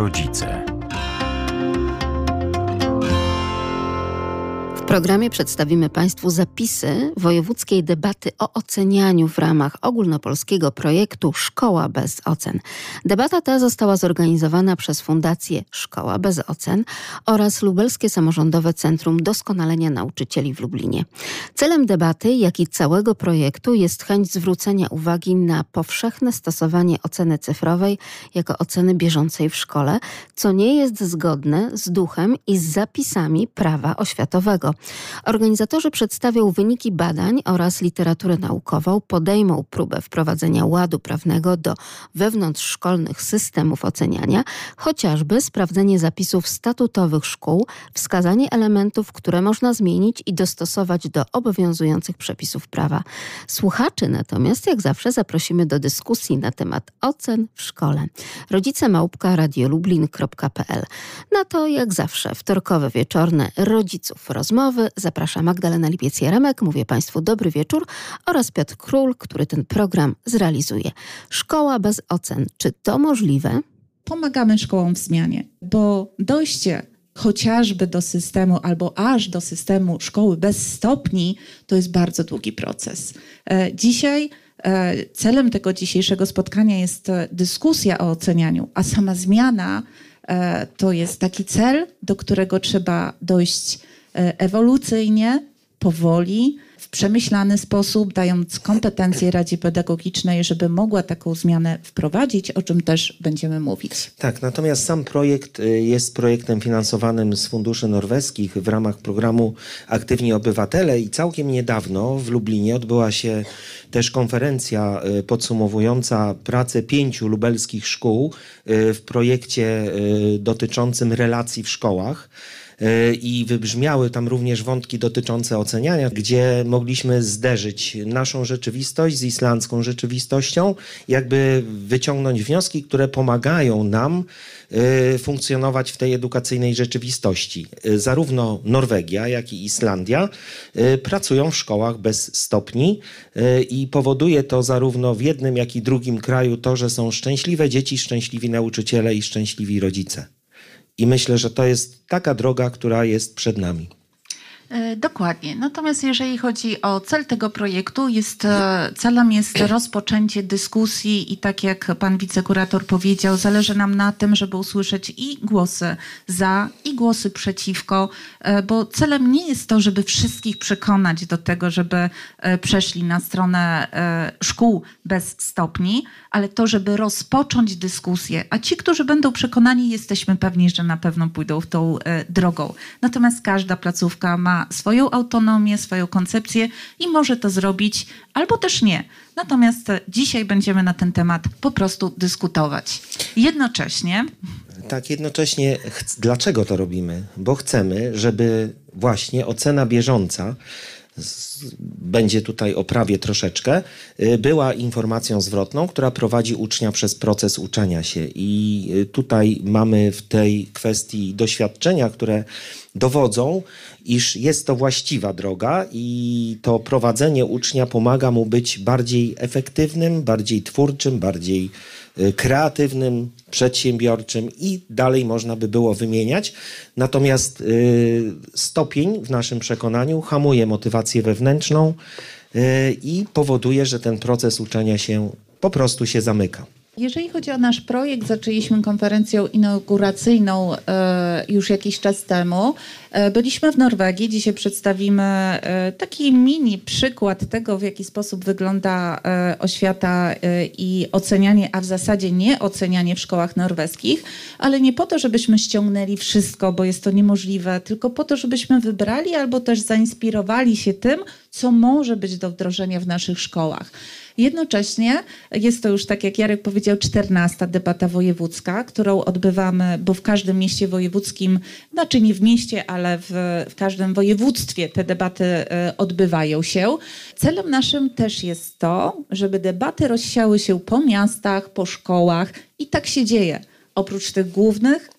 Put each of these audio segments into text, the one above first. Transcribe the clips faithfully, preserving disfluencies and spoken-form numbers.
rodzice. W programie przedstawimy Państwu zapisy wojewódzkiej debaty o ocenianiu w ramach ogólnopolskiego projektu Szkoła bez ocen. Debata ta została zorganizowana przez Fundację Szkoła bez ocen oraz Lubelskie Samorządowe Centrum Doskonalenia Nauczycieli w Lublinie. Celem debaty, jak i całego projektu jest chęć zwrócenia uwagi na powszechne stosowanie oceny cyfrowej jako oceny bieżącej w szkole, co nie jest zgodne z duchem i z zapisami prawa oświatowego. Organizatorzy przedstawią wyniki badań oraz literaturę naukową, podejmą próbę wprowadzenia ładu prawnego do wewnątrzszkolnych systemów oceniania, chociażby sprawdzenie zapisów statutowych szkół, wskazanie elementów, które można zmienić i dostosować do obowiązujących przepisów prawa. Słuchaczy natomiast, jak zawsze, zaprosimy do dyskusji na temat ocen w szkole. Rodzice małpka radiolublin kropka p l. Na to, jak zawsze, wtorkowe wieczorne rodziców rozmowy. Zaprasza Magdalena Lipiec-Jaremek, mówię Państwu dobry wieczór, oraz Piotr Król, który ten program zrealizuje. Szkoła bez ocen. Czy to możliwe? Pomagamy szkołom w zmianie, bo dojście chociażby do systemu albo aż do systemu szkoły bez stopni to jest bardzo długi proces. Dzisiaj celem tego dzisiejszego spotkania jest dyskusja o ocenianiu, a sama zmiana to jest taki cel, do którego trzeba dojść ewolucyjnie, powoli, w przemyślany sposób, dając kompetencje Radzie Pedagogicznej, żeby mogła taką zmianę wprowadzić, o czym też będziemy mówić. Tak, natomiast sam projekt jest projektem finansowanym z funduszy norweskich w ramach programu Aktywni Obywatele i całkiem niedawno w Lublinie odbyła się też konferencja podsumowująca pracę pięciu lubelskich szkół w projekcie dotyczącym relacji w szkołach. I wybrzmiały tam również wątki dotyczące oceniania, gdzie mogliśmy zderzyć naszą rzeczywistość z islandzką rzeczywistością, jakby wyciągnąć wnioski, które pomagają nam funkcjonować w tej edukacyjnej rzeczywistości. Zarówno Norwegia, jak i Islandia pracują w szkołach bez stopni i powoduje to zarówno w jednym, jak i drugim kraju to, że są szczęśliwe dzieci, szczęśliwi nauczyciele i szczęśliwi rodzice. I myślę, że to jest taka droga, która jest przed nami. Dokładnie. Natomiast jeżeli chodzi o cel tego projektu, jest, celem jest rozpoczęcie dyskusji i tak jak pan wicekurator powiedział, zależy nam na tym, żeby usłyszeć i głosy za, i głosy przeciwko, bo celem nie jest to, żeby wszystkich przekonać do tego, żeby przeszli na stronę szkół bez stopni, ale to, żeby rozpocząć dyskusję, a ci, którzy będą przekonani, jesteśmy pewni, że na pewno pójdą w tą drogą. Natomiast każda placówka ma swoją autonomię, swoją koncepcję i może to zrobić albo też nie. Natomiast dzisiaj będziemy na ten temat po prostu dyskutować. Jednocześnie... Tak, jednocześnie ch- dlaczego to robimy? Bo chcemy, żeby właśnie ocena bieżąca, z, będzie tutaj o prawie troszeczkę, y, była informacją zwrotną, która prowadzi ucznia przez proces uczenia się. I y, tutaj mamy w tej kwestii doświadczenia, które dowodzą, iż jest to właściwa droga i to prowadzenie ucznia pomaga mu być bardziej efektywnym, bardziej twórczym, bardziej y, kreatywnym, przedsiębiorczym i dalej można by było wymieniać. Natomiast y, stopień w naszym przekonaniu hamuje motywację wewnętrzną y, i powoduje, że ten proces uczenia się po prostu się zamyka. Jeżeli chodzi o nasz projekt, zaczęliśmy konferencją inauguracyjną e, już jakiś czas temu. E, byliśmy w Norwegii. Dzisiaj przedstawimy e, taki mini przykład tego, w jaki sposób wygląda e, oświata e, i ocenianie, a w zasadzie nie ocenianie w szkołach norweskich, ale nie po to, żebyśmy ściągnęli wszystko, bo jest to niemożliwe, tylko po to, żebyśmy wybrali albo też zainspirowali się tym, co może być do wdrożenia w naszych szkołach. Jednocześnie jest to już, tak jak Jarek powiedział, czternasta debata wojewódzka, którą odbywamy, bo w każdym mieście wojewódzkim, znaczy nie w mieście, ale w, w każdym województwie te debaty y, odbywają się. Celem naszym też jest to, żeby debaty rozsiały się po miastach, po szkołach i tak się dzieje. Oprócz tych głównych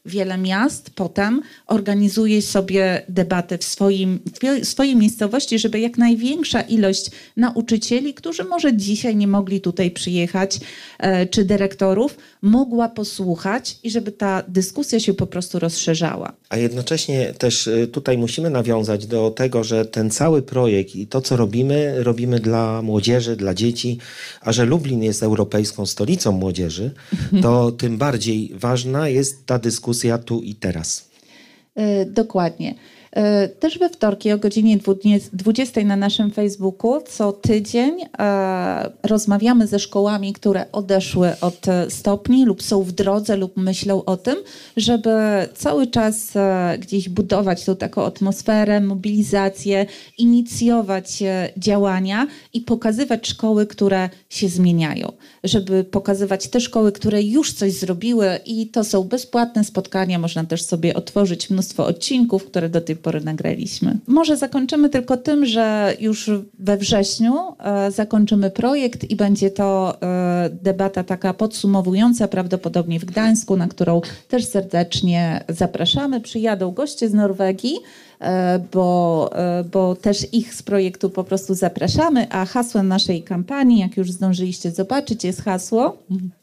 wiele miast potem organizuje sobie debaty w swoim, w swojej miejscowości, żeby jak największa ilość nauczycieli, którzy może dzisiaj nie mogli tutaj przyjechać, czy dyrektorów, mogła posłuchać i żeby ta dyskusja się po prostu rozszerzała. A jednocześnie też tutaj musimy nawiązać do tego, że ten cały projekt i to, co robimy, robimy dla młodzieży, dla dzieci, a że Lublin jest europejską stolicą młodzieży, to tym bardziej ważna jest ta dyskusja tu i teraz. Yy, dokładnie. Też we wtorki o godzinie dwudziestej na naszym Facebooku co tydzień e, rozmawiamy ze szkołami, które odeszły od stopni lub są w drodze lub myślą o tym, żeby cały czas e, gdzieś budować tą taką atmosferę, mobilizację, inicjować e, działania i pokazywać szkoły, które się zmieniają. Żeby pokazywać te szkoły, które już coś zrobiły i to są bezpłatne spotkania. Można też sobie otworzyć mnóstwo odcinków, które do tej pory nagraliśmy. Może zakończymy tylko tym, że już we wrześniu e, zakończymy projekt i będzie to e, debata taka podsumowująca, prawdopodobnie w Gdańsku, na którą też serdecznie zapraszamy. Przyjadą goście z Norwegii, e, bo, e, bo też ich z projektu po prostu zapraszamy, a hasłem naszej kampanii, jak już zdążyliście zobaczyć, jest hasło...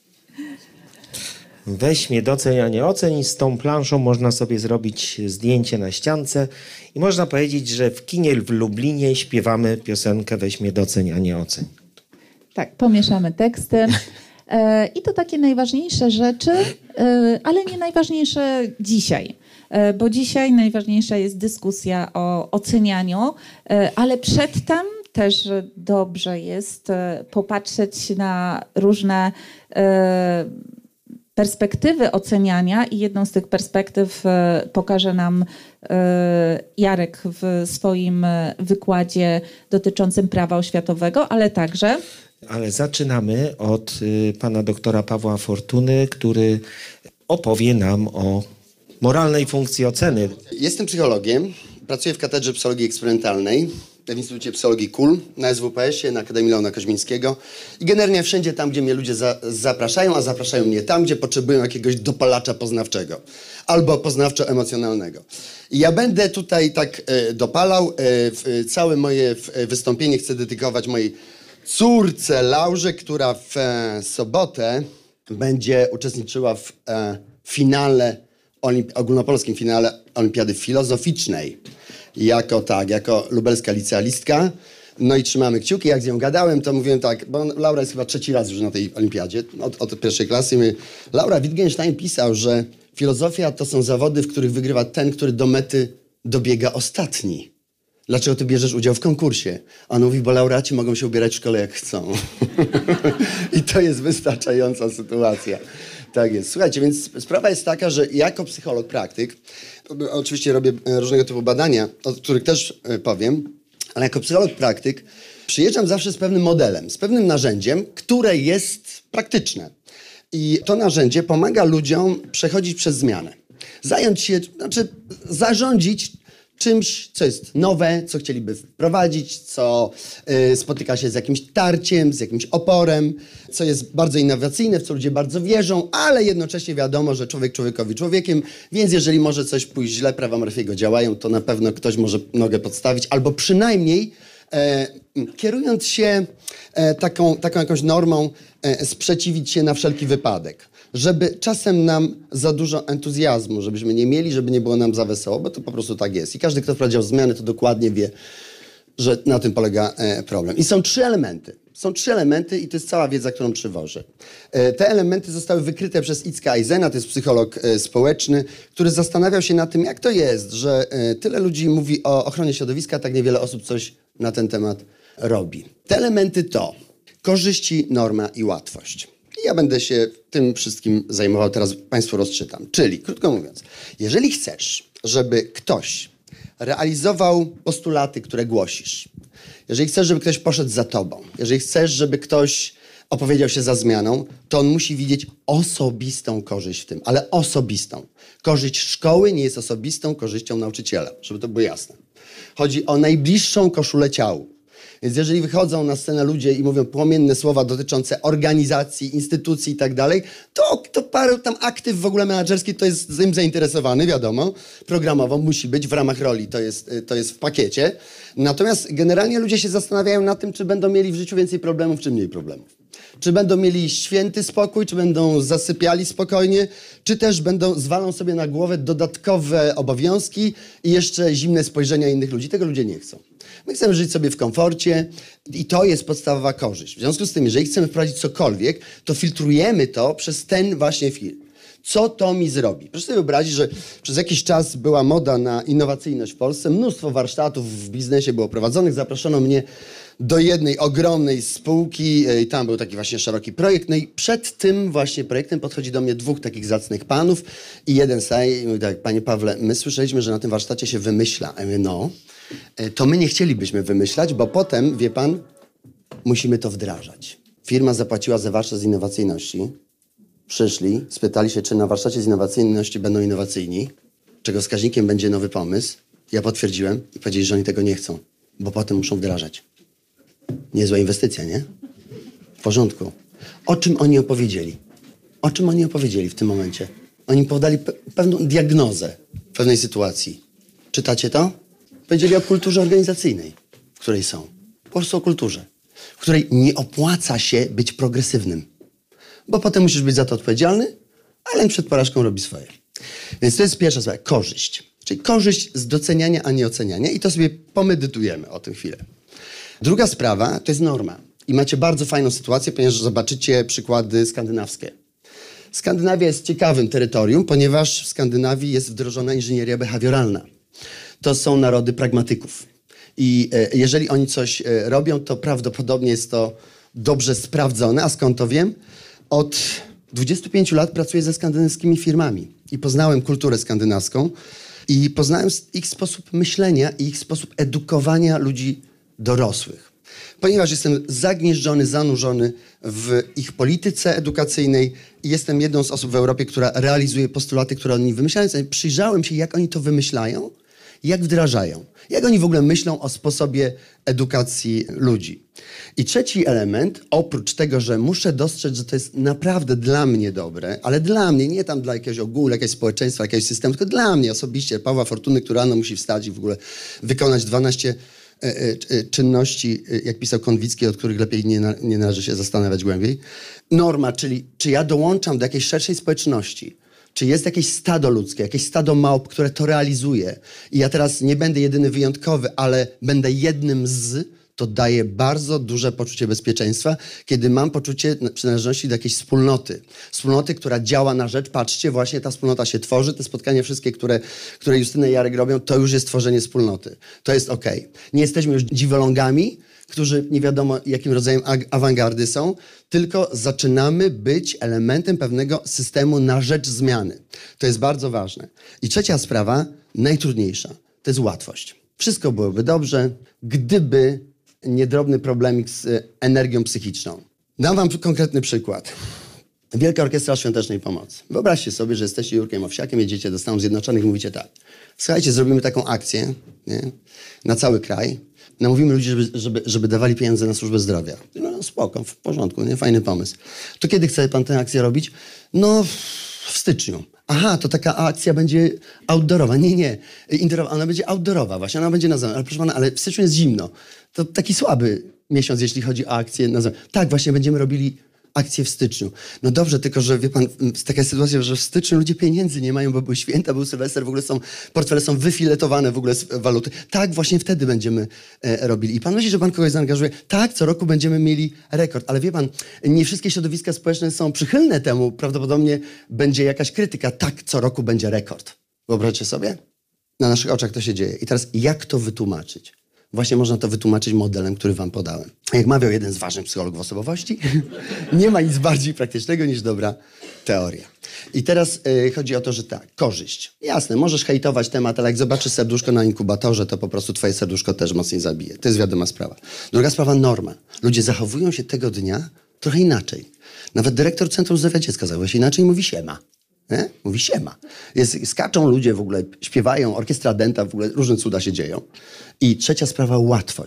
Weź mnie doceń, a nie oceń i z tą planszą można sobie zrobić zdjęcie na ściance i można powiedzieć, że w kinie w Lublinie śpiewamy piosenkę Weź mnie doceń, a nie oceń. Tak, pomieszamy teksty e, i to takie najważniejsze rzeczy, e, ale nie najważniejsze dzisiaj. E, bo dzisiaj najważniejsza jest dyskusja o ocenianiu, e, ale przedtem też dobrze jest e, popatrzeć na różne e, perspektywy oceniania i jedną z tych perspektyw pokaże nam Jarek w swoim wykładzie dotyczącym prawa oświatowego, ale także... Ale zaczynamy od pana doktora Pawła Fortuny, który opowie nam o moralnej funkcji oceny. Jestem psychologiem, pracuję w Katedrze Psychologii Eksperymentalnej w Instytucie Psychologii K U L, na S W P S-ie, na Akademii Leona Koźmińskiego i generalnie wszędzie tam, gdzie mnie ludzie za, zapraszają, a zapraszają mnie tam, gdzie potrzebują jakiegoś dopalacza poznawczego albo poznawczo-emocjonalnego. I ja będę tutaj tak e, dopalał. E, w, całe moje w, wystąpienie chcę dedykować mojej córce Laurze, która w e, sobotę będzie uczestniczyła w e, finale, olimpi- ogólnopolskim finale Olimpiady Filozoficznej. Jako tak, jako lubelska licealistka. No i trzymamy kciuki. Jak z nią gadałem, to mówiłem tak, bo Laura jest chyba trzeci raz już na tej olimpiadzie, od, od pierwszej klasy. I mówię, Laura, Wittgenstein pisał, że filozofia to są zawody, w których wygrywa ten, który do mety dobiega ostatni. Dlaczego ty bierzesz udział w konkursie? A on mówi, bo laureaci mogą się ubierać w szkole jak chcą. I to jest wystarczająca sytuacja. Tak jest. Słuchajcie, więc sprawa jest taka, że jako psycholog praktyk, oczywiście robię różnego typu badania, o których też powiem, ale jako psycholog praktyk przyjeżdżam zawsze z pewnym modelem, z pewnym narzędziem, które jest praktyczne. I to narzędzie pomaga ludziom przechodzić przez zmianę. Zająć się, znaczy zarządzić czymś, co jest nowe, co chcieliby wprowadzić, co y, spotyka się z jakimś tarciem, z jakimś oporem, co jest bardzo innowacyjne, w co ludzie bardzo wierzą, ale jednocześnie wiadomo, że człowiek człowiekowi człowiekiem, więc jeżeli może coś pójść źle, prawa Murphy'ego działają, to na pewno ktoś może nogę podstawić, albo przynajmniej e, kierując się e, taką, taką jakąś normą, e, sprzeciwić się na wszelki wypadek. Żeby czasem nam za dużo entuzjazmu, żebyśmy nie mieli, żeby nie było nam za wesoło, bo to po prostu tak jest. I każdy, kto wprowadził zmiany, to dokładnie wie, że na tym polega e, problem. I są trzy elementy. Są trzy elementy i to jest cała wiedza, którą przywożę. E, te elementy zostały wykryte przez Itzka Eisena, to jest psycholog e, społeczny, który zastanawiał się nad tym, jak to jest, że e, tyle ludzi mówi o ochronie środowiska, a tak niewiele osób coś na ten temat robi. Te elementy to korzyści, norma i łatwość. I ja będę się tym wszystkim zajmował, teraz Państwu rozczytam. Czyli, krótko mówiąc, jeżeli chcesz, żeby ktoś realizował postulaty, które głosisz, jeżeli chcesz, żeby ktoś poszedł za tobą, jeżeli chcesz, żeby ktoś opowiedział się za zmianą, to on musi widzieć osobistą korzyść w tym, ale osobistą. Korzyść szkoły nie jest osobistą korzyścią nauczyciela, żeby to było jasne. Chodzi o najbliższą koszulę ciału. Więc jeżeli wychodzą na scenę ludzie i mówią płomienne słowa dotyczące organizacji, instytucji i tak dalej, to, to parę tam aktyw w ogóle menadżerskich to jest tym zainteresowany, wiadomo, programowo musi być w ramach roli, to jest, to jest w pakiecie. Natomiast generalnie ludzie się zastanawiają nad tym, czy będą mieli w życiu więcej problemów, czy mniej problemów. Czy będą mieli święty spokój, czy będą zasypiali spokojnie, czy też będą zwalą sobie na głowę dodatkowe obowiązki i jeszcze zimne spojrzenia innych ludzi. Tego ludzie nie chcą. My chcemy żyć sobie w komforcie i to jest podstawowa korzyść. W związku z tym, jeżeli chcemy wprowadzić cokolwiek, to filtrujemy to przez ten właśnie film. Co to mi zrobi? Proszę sobie wyobrazić, że przez jakiś czas była moda na innowacyjność w Polsce. Mnóstwo warsztatów w biznesie było prowadzonych. Zaproszono mnie do jednej ogromnej spółki i tam był taki właśnie szeroki projekt. No i przed tym właśnie projektem podchodzi do mnie dwóch takich zacnych panów i jeden staje i mówi tak: panie Pawle, my słyszeliśmy, że na tym warsztacie się wymyśla. A ja mówię, no, to my nie chcielibyśmy wymyślać, bo potem, wie pan, musimy to wdrażać. Firma zapłaciła za warsztat z innowacyjności. Przyszli, spytali się, czy na warsztacie z innowacyjności będą innowacyjni, czego wskaźnikiem będzie nowy pomysł. Ja potwierdziłem i powiedzieli, że oni tego nie chcą, bo potem muszą wdrażać. Niezła inwestycja, nie? W porządku. O czym oni opowiedzieli? O czym oni opowiedzieli w tym momencie? Oni podali pe pewną diagnozę pewnej sytuacji. Czytacie to? Powiedzieli o kulturze organizacyjnej, w której są. Po prostu o kulturze, w której nie opłaca się być progresywnym. Bo potem musisz być za to odpowiedzialny, ale przed porażką robi swoje. Więc to jest pierwsza sprawa, korzyść. Czyli korzyść z doceniania, a nie oceniania. I to sobie pomedytujemy o tym chwilę. Druga sprawa to jest norma. I macie bardzo fajną sytuację, ponieważ zobaczycie przykłady skandynawskie. Skandynawia jest ciekawym terytorium, ponieważ w Skandynawii jest wdrożona inżynieria behawioralna. To są narody pragmatyków. I e, jeżeli oni coś e, robią, to prawdopodobnie jest to dobrze sprawdzone. A skąd to wiem? Od dwudziestu pięciu lat pracuję ze skandynawskimi firmami i poznałem kulturę skandynawską i poznałem ich sposób myślenia i ich sposób edukowania ludzi dorosłych. Ponieważ jestem zagnieżdżony, zanurzony w ich polityce edukacyjnej i jestem jedną z osób w Europie, która realizuje postulaty, które oni wymyślają, przyjrzałem się, jak oni to wymyślają, jak wdrażają, jak oni w ogóle myślą o sposobie edukacji ludzi. I trzeci element, oprócz tego, że muszę dostrzec, że to jest naprawdę dla mnie dobre, ale dla mnie, nie tam dla jakiegoś ogółu, jakiegoś społeczeństwa, jakiegoś systemu, tylko dla mnie osobiście, Pawła Fortuny, który rano musi wstać i w ogóle wykonać dwanaście e, e, czynności, jak pisał Konwicki, od których lepiej nie, na, nie należy się zastanawiać głębiej. Norma, czyli czy ja dołączam do jakiejś szerszej społeczności, czy jest jakieś stado ludzkie, jakieś stado małp, które to realizuje i ja teraz nie będę jedyny wyjątkowy, ale będę jednym z, to daje bardzo duże poczucie bezpieczeństwa, kiedy mam poczucie przynależności do jakiejś wspólnoty. Wspólnoty, która działa na rzecz, patrzcie, właśnie ta wspólnota się tworzy, te spotkania wszystkie, które, które Justyna i Jarek robią, to już jest tworzenie wspólnoty. To jest okej. Okay. Nie jesteśmy już dziwolągami, którzy nie wiadomo jakim rodzajem awangardy są, tylko zaczynamy być elementem pewnego systemu na rzecz zmiany. To jest bardzo ważne. I trzecia sprawa, najtrudniejsza, to jest łatwość. Wszystko byłoby dobrze, gdyby nie drobny problemik z energią psychiczną. Dam wam konkretny przykład. Wielka Orkiestra Świątecznej Pomocy. Wyobraźcie sobie, że jesteście Jurkiem Owsiakiem, jedziecie do Stanów Zjednoczonych i mówicie tak: słuchajcie, zrobimy taką akcję, nie? Na cały kraj. Namówimy ludzi, żeby, żeby, żeby dawali pieniądze na służbę zdrowia. No spoko, w porządku, nie? Fajny pomysł. To kiedy chce pan tę akcję robić? No w styczniu. Aha, to taka akcja będzie outdoorowa. Nie, nie, indoorowa, ona będzie outdoorowa właśnie, ona będzie na zewnątrz. Ale proszę pana, ale w styczniu jest zimno. To taki słaby miesiąc, jeśli chodzi o akcję na zewnątrz. Tak, właśnie będziemy robili akcję w styczniu. No dobrze, tylko że wie pan, taka sytuacja, że w styczniu ludzie pieniędzy nie mają, bo były święta, był Sylwester, w ogóle są, portfele są wyfiletowane w ogóle z waluty. Tak, właśnie wtedy będziemy e, robili. I pan myśli, że pan kogoś zaangażuje? Tak, co roku będziemy mieli rekord. Ale wie pan, nie wszystkie środowiska społeczne są przychylne temu. Prawdopodobnie będzie jakaś krytyka. Tak, co roku będzie rekord. Wyobraźcie sobie? Na naszych oczach to się dzieje. I teraz jak to wytłumaczyć? Właśnie można to wytłumaczyć modelem, który wam podałem. Jak mawiał jeden z ważnych psychologów osobowości, nie ma nic bardziej praktycznego niż dobra teoria. I teraz y, chodzi o to, że tak, korzyść. Jasne, możesz hejtować temat, ale jak zobaczysz serduszko na inkubatorze, to po prostu twoje serduszko też mocniej zabije. To jest wiadoma sprawa. Druga sprawa, norma. Ludzie zachowują się tego dnia trochę inaczej. Nawet dyrektor Centrum Zdrowia Dziecka zachowuje się inaczej i mówi siema. Nie? Mówi siema. Jest, skaczą ludzie w ogóle, śpiewają, orkiestra dęta, w ogóle różne cuda się dzieją. I trzecia sprawa, łatwość.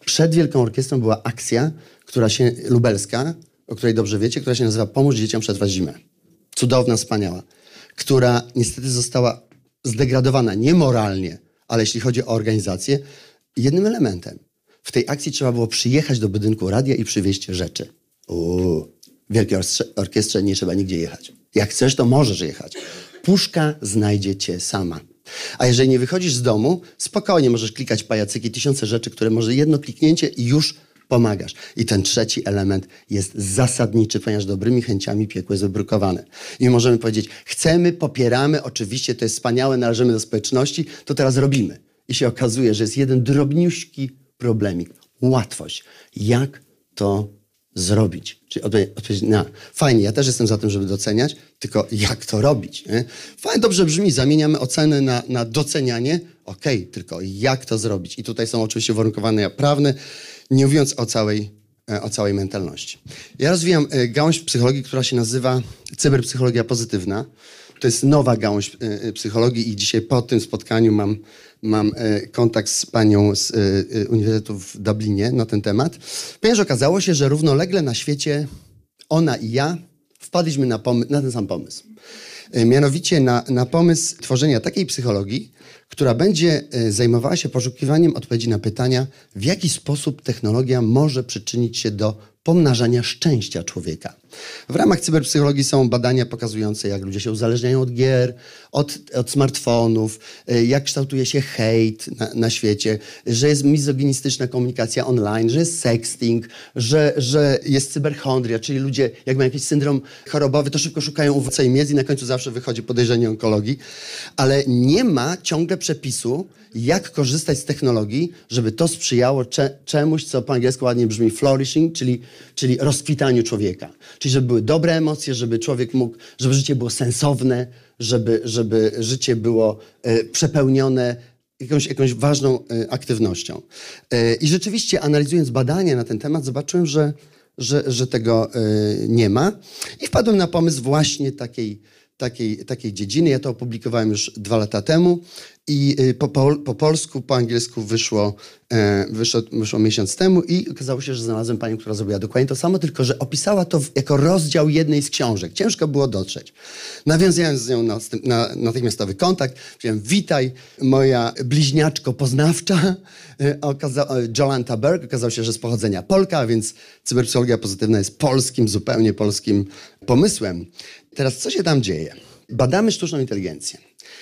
Przed Wielką Orkiestrą była akcja, która się, lubelska, o której dobrze wiecie, która się nazywa Pomóż dzieciom przetrwać zimę. Cudowna, wspaniała. Która niestety została zdegradowana nie moralnie, ale jeśli chodzi o organizację, jednym elementem. W tej akcji trzeba było przyjechać do budynku radia i przywieźć rzeczy. Uuu, w Wielkiej Orkiestrze nie trzeba nigdzie jechać. Jak chcesz, to możesz jechać. Puszka znajdzie cię sama. A jeżeli nie wychodzisz z domu, spokojnie możesz klikać pajacyki, tysiące rzeczy, które może jedno kliknięcie i już pomagasz. I ten trzeci element jest zasadniczy, ponieważ dobrymi chęciami piekło jest wybrukowane. I możemy powiedzieć, chcemy, popieramy, oczywiście to jest wspaniałe, należymy do społeczności, to teraz robimy. I się okazuje, że jest jeden drobniuśki problemik. Łatwość. Jak to zrobić? Czyli odpowiedzieć na, fajnie, ja też jestem za tym, żeby doceniać, tylko jak to robić? Nie? Fajnie, dobrze brzmi, zamieniamy oceny na, na docenianie. Okej, okay, tylko jak to zrobić? I tutaj są oczywiście uwarunkowania prawne, nie mówiąc o całej, o całej mentalności. Ja rozwijam gałąź psychologii, która się nazywa cyberpsychologia pozytywna. To jest nowa gałąź psychologii i dzisiaj po tym spotkaniu mam, mam kontakt z panią z Uniwersytetu w Dublinie na ten temat. Ponieważ okazało się, że równolegle na świecie ona i ja wpadliśmy na, pomy- na ten sam pomysł. Mianowicie na, na pomysł tworzenia takiej psychologii, która będzie zajmowała się poszukiwaniem odpowiedzi na pytania, w jaki sposób technologia może przyczynić się do pomnażania szczęścia człowieka. W ramach cyberpsychologii są badania pokazujące, jak ludzie się uzależniają od gier, od, od smartfonów, jak kształtuje się hejt na, na świecie, że jest mizoginistyczna komunikacja online, że jest sexting, że, że jest cyberchondria, czyli ludzie, jak mają jakiś syndrom chorobowy, to szybko szukają owoca i miedz i na końcu zawsze wychodzi podejrzenie onkologii, ale nie ma ciągle przepisu, jak korzystać z technologii, żeby to sprzyjało cze- czemuś, co po angielsku ładnie brzmi flourishing, czyli, czyli rozkwitaniu człowieka. Czyli żeby były dobre emocje, żeby człowiek mógł, żeby życie było sensowne, żeby, żeby życie było e, przepełnione jakąś, jakąś ważną e, aktywnością. E, I rzeczywiście analizując badania na ten temat, zobaczyłem, że, że, że tego e, nie ma. I wpadłem na pomysł właśnie takiej, takiej, takiej dziedziny. Ja to opublikowałem już dwa lata temu i po, po, po polsku, po angielsku wyszło, e, wyszło, wyszło miesiąc temu i okazało się, że znalazłem panią, która zrobiła dokładnie to samo, tylko że opisała to w, jako rozdział jednej z książek. Ciężko było dotrzeć. Nawiązałem z nią na, na, natychmiastowy kontakt. Powiedziałem, witaj, moja bliźniaczko poznawcza, e, okaza, Jolanta Berg. Okazało się, że z pochodzenia Polka, a więc cyberpsychologia pozytywna jest polskim, zupełnie polskim pomysłem. Teraz co się tam dzieje? Badamy sztuczną inteligencję.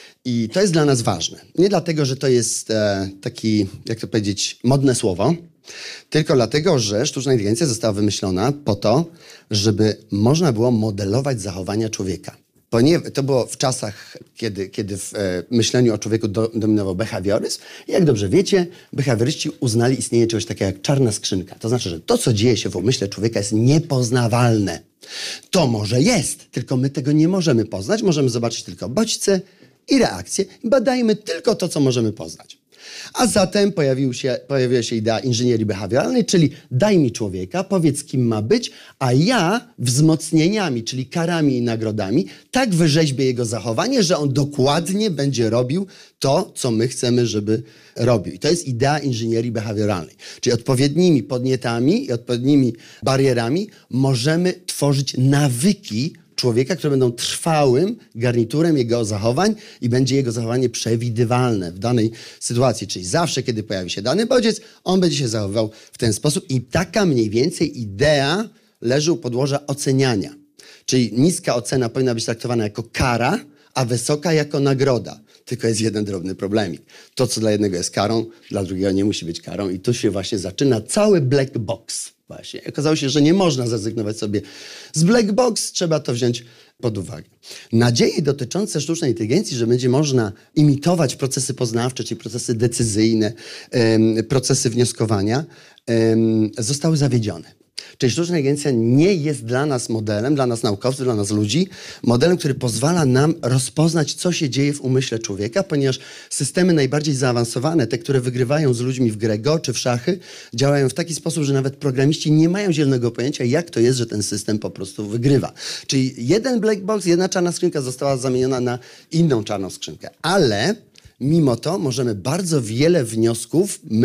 I to jest dla nas ważne. Nie dlatego, że to jest e, taki, jak to powiedzieć, modne słowo, tylko dlatego, że sztuczna inteligencja została wymyślona po to, żeby można było modelować zachowania człowieka. Ponieważ to było w czasach, kiedy, kiedy w e, myśleniu o człowieku do, dominował behawioryzm. I jak dobrze wiecie, behawioryści uznali istnienie czegoś takiego jak czarna skrzynka. To znaczy, że to, co dzieje się w umyśle człowieka, jest niepoznawalne. To może jest, tylko my tego nie możemy poznać. Możemy zobaczyć tylko bodźce i reakcje. Badajmy tylko to, co możemy poznać. A zatem pojawił się, pojawiła się idea inżynierii behawioralnej, czyli daj mi człowieka, powiedz, kim ma być, a ja wzmocnieniami, czyli karami i nagrodami, tak wyrzeźbię jego zachowanie, że on dokładnie będzie robił to, co my chcemy, żeby robił. I to jest idea inżynierii behawioralnej. Czyli odpowiednimi podnietami i odpowiednimi barierami możemy tworzyć nawyki człowieka, które będą trwałym garniturem jego zachowań i będzie jego zachowanie przewidywalne w danej sytuacji. Czyli zawsze, kiedy pojawi się dany bodziec, on będzie się zachowywał w ten sposób i taka mniej więcej idea leży u podłoża oceniania. Czyli niska ocena powinna być traktowana jako kara, a wysoka jako nagroda. Tylko jest jeden drobny problemik. To, co dla jednego jest karą, dla drugiego nie musi być karą i tu się właśnie zaczyna cały black box. Właśnie. Okazało się, że nie można zrezygnować sobie z black box, trzeba to wziąć pod uwagę. Nadzieje dotyczące sztucznej inteligencji, że będzie można imitować procesy poznawcze, czyli procesy decyzyjne, um, procesy wnioskowania, um, zostały zawiedzione. Czyli sztuczna inteligencja nie jest dla nas modelem, dla nas naukowców, dla nas ludzi, modelem, który pozwala nam rozpoznać, co się dzieje w umyśle człowieka, ponieważ systemy najbardziej zaawansowane, te, które wygrywają z ludźmi w grę Go czy w szachy, działają w taki sposób, że nawet programiści nie mają zielonego pojęcia, jak to jest, że ten system po prostu wygrywa. Czyli jeden black box, jedna czarna skrzynka została zamieniona na inną czarną skrzynkę. Ale mimo to możemy bardzo wiele wniosków my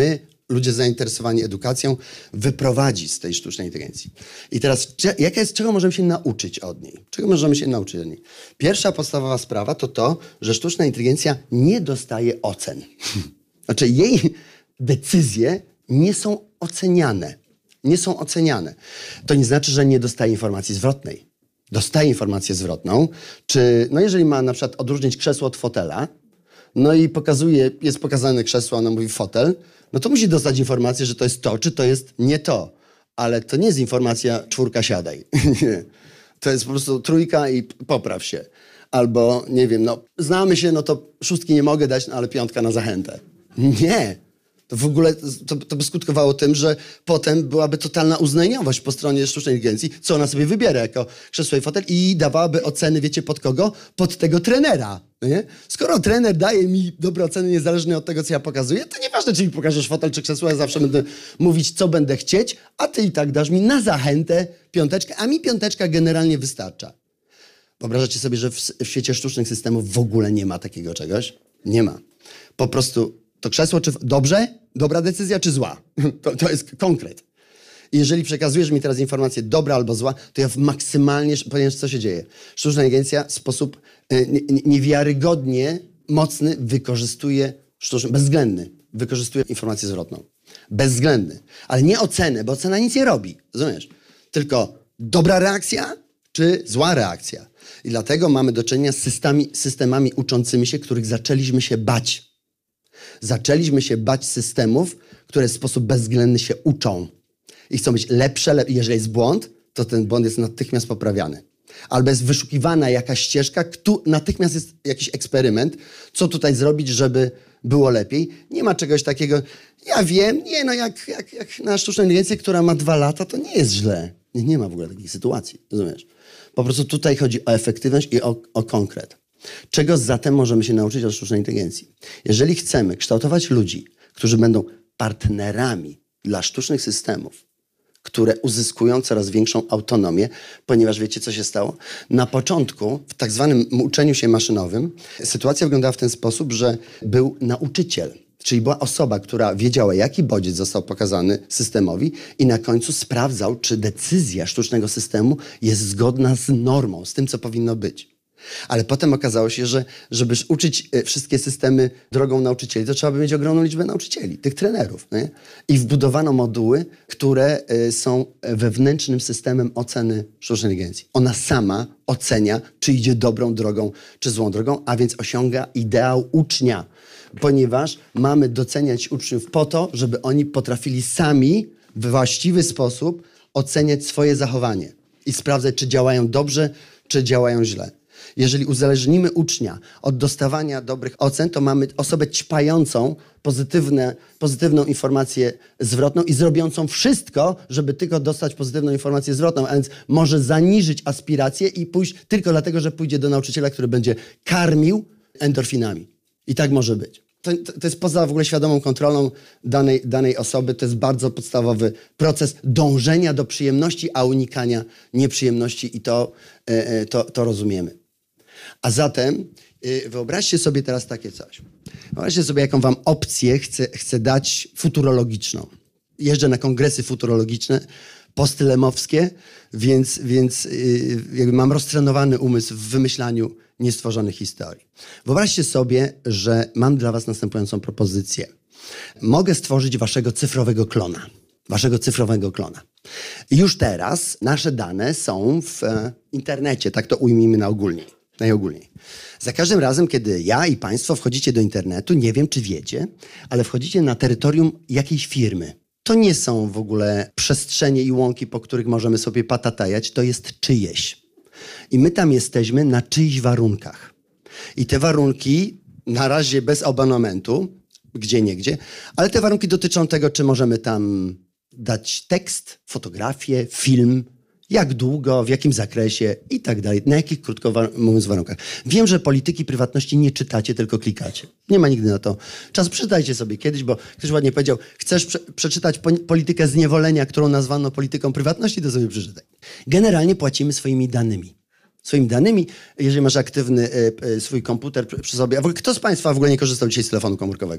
ludzie zainteresowani edukacją wyprowadzi z tej sztucznej inteligencji. I teraz, cze- jaka jest, czego możemy się nauczyć od niej? Czego możemy się nauczyć od niej? Pierwsza podstawowa sprawa to to, że sztuczna inteligencja nie dostaje ocen. Znaczy jej decyzje nie są oceniane. Nie są oceniane. To nie znaczy, że nie dostaje informacji zwrotnej. Dostaje informację zwrotną, czy, no jeżeli ma na przykład odróżnić krzesło od fotela, no i pokazuje, jest pokazane krzesło, ona mówi fotel, no to musi dostać informację, że to jest to, czy to jest nie to. Ale to nie jest informacja czwórka siadaj. Nie. To jest po prostu trójka i popraw się. Albo, nie wiem, no znamy się, no to szóstki nie mogę dać, no, ale piątka na zachętę. Nie. To w ogóle to, to by skutkowało tym, że potem byłaby totalna uznaniowość po stronie sztucznej inteligencji, co ona sobie wybiera jako krzesło i fotel i dawałaby oceny, wiecie, pod kogo? Pod tego trenera. Nie? Skoro trener daje mi dobre oceny niezależnie od tego, co ja pokazuję, to nieważne, czy mi pokażesz fotel czy krzesło, ja zawsze będę mówić, co będę chcieć, a ty i tak dasz mi na zachętę piąteczkę, a mi piąteczka generalnie wystarcza. Wyobrażacie sobie, że w, w świecie sztucznych systemów w ogóle nie ma takiego czegoś? Nie ma. Po prostu to krzesło, czy dobrze? Dobra decyzja, czy zła? To, to jest konkret. I jeżeli przekazujesz mi teraz informację dobra albo zła, to ja w maksymalnie, ponieważ co się dzieje? Sztuczna inteligencja w sposób y, nie, niewiarygodnie mocny wykorzystuje, sztuczny, bezwzględny, wykorzystuje informację zwrotną. Bezwzględny. Ale nie ocenę, bo ocena nic nie robi. Rozumiesz? Tylko dobra reakcja, czy zła reakcja. I dlatego mamy do czynienia z systemami, systemami uczącymi się, których zaczęliśmy się bać. Zaczęliśmy się bać systemów, które w sposób bezwzględny się uczą. I chcą być lepsze, lep- jeżeli jest błąd, to ten błąd jest natychmiast poprawiany. Albo jest wyszukiwana jakaś ścieżka, kto, natychmiast jest jakiś eksperyment, co tutaj zrobić, żeby było lepiej. Nie ma czegoś takiego, ja wiem, nie no, jak, jak, jak na sztuczną inteligencję, która ma dwa lata, to nie jest źle. Nie, nie ma w ogóle takiej sytuacji, rozumiesz? Po prostu tutaj chodzi o efektywność i o, o konkret. Czego zatem możemy się nauczyć od sztucznej inteligencji? Jeżeli chcemy kształtować ludzi, którzy będą partnerami dla sztucznych systemów, które uzyskują coraz większą autonomię, ponieważ wiecie, co się stało? Na początku, w tak zwanym uczeniu się maszynowym, sytuacja wyglądała w ten sposób, że był nauczyciel, czyli była osoba, która wiedziała, jaki bodziec został pokazany systemowi i na końcu sprawdzał, czy decyzja sztucznego systemu jest zgodna z normą, z tym, co powinno być. Ale potem okazało się, że żeby uczyć wszystkie systemy drogą nauczycieli, to trzeba by mieć ogromną liczbę nauczycieli, tych trenerów. Nie? I wbudowano moduły, które są wewnętrznym systemem oceny sztucznej inteligencji. Ona sama ocenia, czy idzie dobrą drogą, czy złą drogą, a więc osiąga ideał ucznia. Ponieważ mamy doceniać uczniów po to, żeby oni potrafili sami w właściwy sposób oceniać swoje zachowanie i sprawdzać, czy działają dobrze, czy działają źle. Jeżeli uzależnimy ucznia od dostawania dobrych ocen, to mamy osobę ćpającą pozytywne, pozytywną informację zwrotną i zrobiącą wszystko, żeby tylko dostać pozytywną informację zwrotną, a więc może zaniżyć aspiracje i pójść tylko dlatego, że pójdzie do nauczyciela, który będzie karmił endorfinami. I tak może być. To, to jest poza w ogóle świadomą kontrolą danej, danej osoby. To jest bardzo podstawowy proces dążenia do przyjemności, a unikania nieprzyjemności i to, to, to rozumiemy. A zatem wyobraźcie sobie teraz takie coś. Wyobraźcie sobie, jaką wam opcję chcę, chcę dać futurologiczną. Jeżdżę na kongresy futurologiczne, postylemowskie, więc, więc jakby mam roztrenowany umysł w wymyślaniu niestworzonych historii. Wyobraźcie sobie, że mam dla was następującą propozycję. Mogę stworzyć waszego cyfrowego klona. Waszego cyfrowego klona. I już teraz nasze dane są w internecie, tak to ujmijmy na ogólniej. Najogólniej. Za każdym razem, kiedy ja i państwo wchodzicie do internetu, nie wiem, czy wiecie, ale wchodzicie na terytorium jakiejś firmy. To nie są w ogóle przestrzenie i łąki, po których możemy sobie patatajać, to jest czyjeś. I my tam jesteśmy na czyichś warunkach. I te warunki, na razie bez abonamentu, gdzie niegdzie, ale te warunki dotyczą tego, czy możemy tam dać tekst, fotografię, film, jak długo, w jakim zakresie i tak dalej, na jakich, krótko mówiąc, warunkach. Wiem, że polityki prywatności nie czytacie, tylko klikacie. Nie ma nigdy na to czasu. Przeczytajcie sobie kiedyś, bo ktoś ładnie powiedział, chcesz prze przeczytać po politykę zniewolenia, którą nazwano polityką prywatności, to sobie przeczytaj. Generalnie płacimy swoimi danymi. Swoimi danymi, jeżeli masz aktywny y, y, swój komputer przy sobie. A w ogóle, kto z państwa w ogóle nie korzystał dzisiaj z telefonu komórkowego?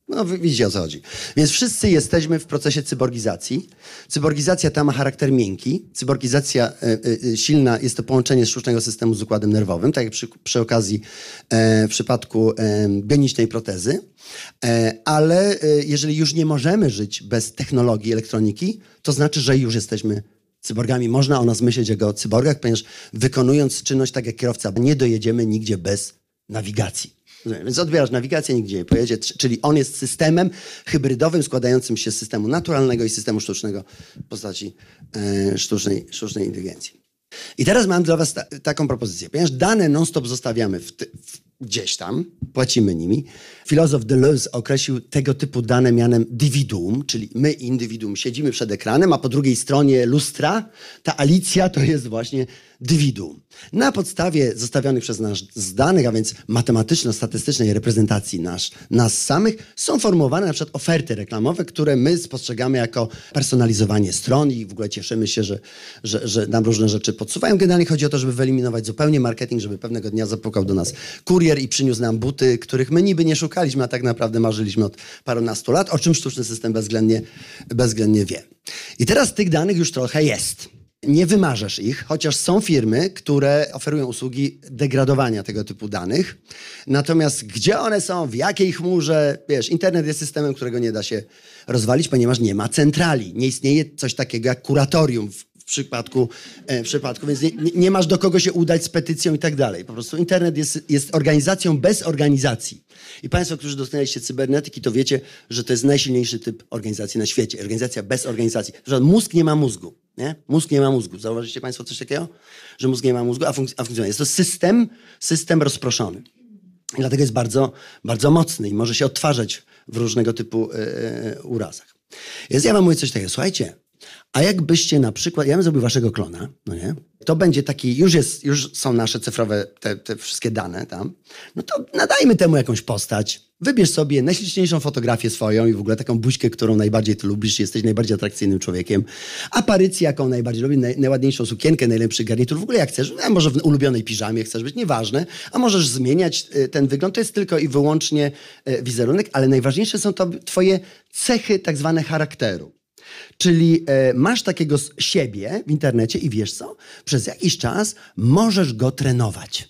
No wy widzicie, o co chodzi. Więc wszyscy jesteśmy w procesie cyborgizacji. Cyborgizacja ta ma charakter miękki. Cyborgizacja y, y, silna jest to połączenie sztucznego systemu z układem nerwowym, tak jak przy, przy okazji e, w przypadku e, bionicznej protezy. E, ale e, jeżeli już nie możemy żyć bez technologii, elektroniki, to znaczy, że już jesteśmy cyborgami. Można o nas myśleć jako o cyborgach, ponieważ wykonując czynność tak jak kierowca, nie dojedziemy nigdzie bez nawigacji. Więc odbierasz nawigację, nigdzie nie pojedzie, czyli on jest systemem hybrydowym składającym się z systemu naturalnego i systemu sztucznego w postaci e, sztucznej, sztucznej inteligencji. I teraz mam dla was ta, taką propozycję, ponieważ dane non-stop zostawiamy w ty, w, gdzieś tam, płacimy nimi. Filozof Deleuze określił tego typu dane mianem dividuum, czyli my, indywiduum, siedzimy przed ekranem, a po drugiej stronie lustra ta Alicja to jest właśnie dividuum. Na podstawie zostawionych przez nas danych, a więc matematyczno-statystycznej reprezentacji nasz, nas samych, są formułowane na przykład oferty reklamowe, które my spostrzegamy jako personalizowanie stron i w ogóle cieszymy się, że, że, że nam różne rzeczy podsuwają. Generalnie chodzi o to, żeby wyeliminować zupełnie marketing, żeby pewnego dnia zapukał do nas kurier i przyniósł nam buty, których my niby nie szukaliśmy, a tak naprawdę marzyliśmy od parunastu lat, o czym sztuczny system bezwzględnie, bezwzględnie wie. I teraz tych danych już trochę jest. Nie wymarzesz ich, chociaż są firmy, które oferują usługi degradowania tego typu danych. Natomiast gdzie one są, w jakiej chmurze, wiesz, internet jest systemem, którego nie da się rozwalić, ponieważ nie ma centrali. Nie istnieje coś takiego jak kuratorium w, w, przypadku, e, w przypadku, więc nie, nie, nie masz do kogo się udać z petycją i tak dalej. Po prostu internet jest, jest organizacją bez organizacji. I państwo, którzy dotknęliście cybernetyki, to wiecie, że to jest najsilniejszy typ organizacji na świecie. Organizacja bez organizacji. Na przykład mózg nie ma mózgu. Nie? Mózg nie ma mózgu. Zauważyliście państwo coś takiego? Że mózg nie ma mózgu, a, funk a funkcjonuje. Jest to system, system rozproszony. I dlatego jest bardzo, bardzo mocny i może się odtwarzać w różnego typu yy, urazach. Więc ja wam mówię coś takiego. Słuchajcie, a jakbyście na przykład, ja bym zrobił waszego klona, no nie? To będzie taki, już, jest, już są nasze cyfrowe, te, te wszystkie dane tam, no to nadajmy temu jakąś postać, wybierz sobie najśliczniejszą fotografię swoją i w ogóle taką buźkę, którą najbardziej ty lubisz, jesteś najbardziej atrakcyjnym człowiekiem, aparycję, jaką najbardziej lubisz, naj, najładniejszą sukienkę, najlepszy garnitur, w ogóle jak chcesz, a może w ulubionej piżamie chcesz być, nieważne, a możesz zmieniać ten wygląd, to jest tylko i wyłącznie wizerunek, ale najważniejsze są to twoje cechy tak zwane charakteru. Czyli e, masz takiego siebie w internecie i wiesz co? Przez jakiś czas możesz go trenować.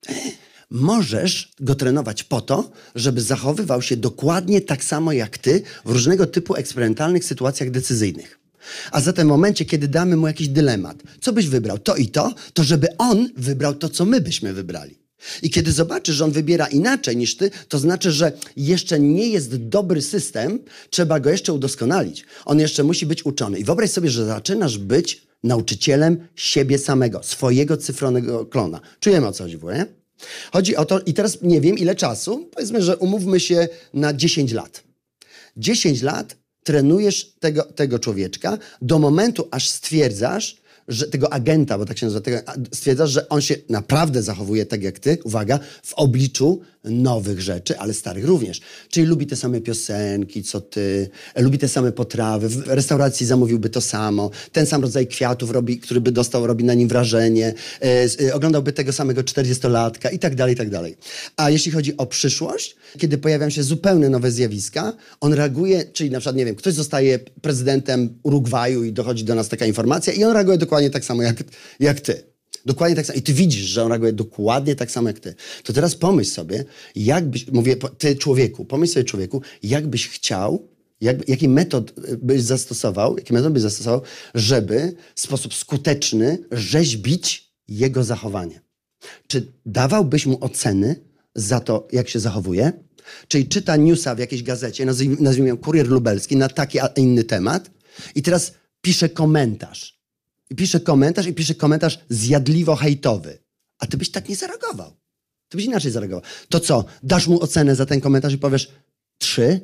Możesz go trenować po to, żeby zachowywał się dokładnie tak samo jak ty w różnego typu eksperymentalnych sytuacjach decyzyjnych. A zatem w momencie, kiedy damy mu jakiś dylemat, co byś wybrał, to i to, to żeby on wybrał to, co my byśmy wybrali. I kiedy zobaczysz, że on wybiera inaczej niż ty, to znaczy, że jeszcze nie jest dobry system, trzeba go jeszcze udoskonalić. On jeszcze musi być uczony. I wyobraź sobie, że zaczynasz być nauczycielem siebie samego, swojego cyfrowego klona. Czujemy, o co chodzi, nie? Chodzi o to, i teraz nie wiem ile czasu, powiedzmy, że umówmy się na dziesięć lat. dziesięć lat trenujesz tego, tego człowieczka do momentu, aż stwierdzasz, że tego agenta, bo tak się nazywa, tego, stwierdzasz, że on się naprawdę zachowuje tak jak ty, uwaga, w obliczu nowych rzeczy, ale starych również. Czyli lubi te same piosenki, co ty, lubi te same potrawy, w restauracji zamówiłby to samo, ten sam rodzaj kwiatów, robi, który by dostał, robi na nim wrażenie, e, oglądałby tego samego czterdziestolatka i tak dalej, i tak dalej. A jeśli chodzi o przyszłość, kiedy pojawiają się zupełnie nowe zjawiska, on reaguje, czyli na przykład, nie wiem, ktoś zostaje prezydentem Urugwaju i dochodzi do nas taka informacja i on reaguje dokładnie tak samo jak, jak ty. Dokładnie tak samo. I ty widzisz, że on reaguje dokładnie tak samo jak ty. To teraz pomyśl sobie, jakbyś, mówię, ty człowieku, pomyśl sobie człowieku, jakbyś chciał, jak, jaki metod byś zastosował, jaki metod byś zastosował, żeby w sposób skuteczny rzeźbić jego zachowanie. Czy dawałbyś mu oceny za to, jak się zachowuje? Czyli czyta newsa w jakiejś gazecie, nazwijmy, nazwijmy ją Kurier Lubelski, na taki a inny temat i teraz pisze komentarz. I pisze komentarz i pisze komentarz zjadliwo-hejtowy. A ty byś tak nie zareagował. Ty byś inaczej zareagował. To co, dasz mu ocenę za ten komentarz i powiesz trzy?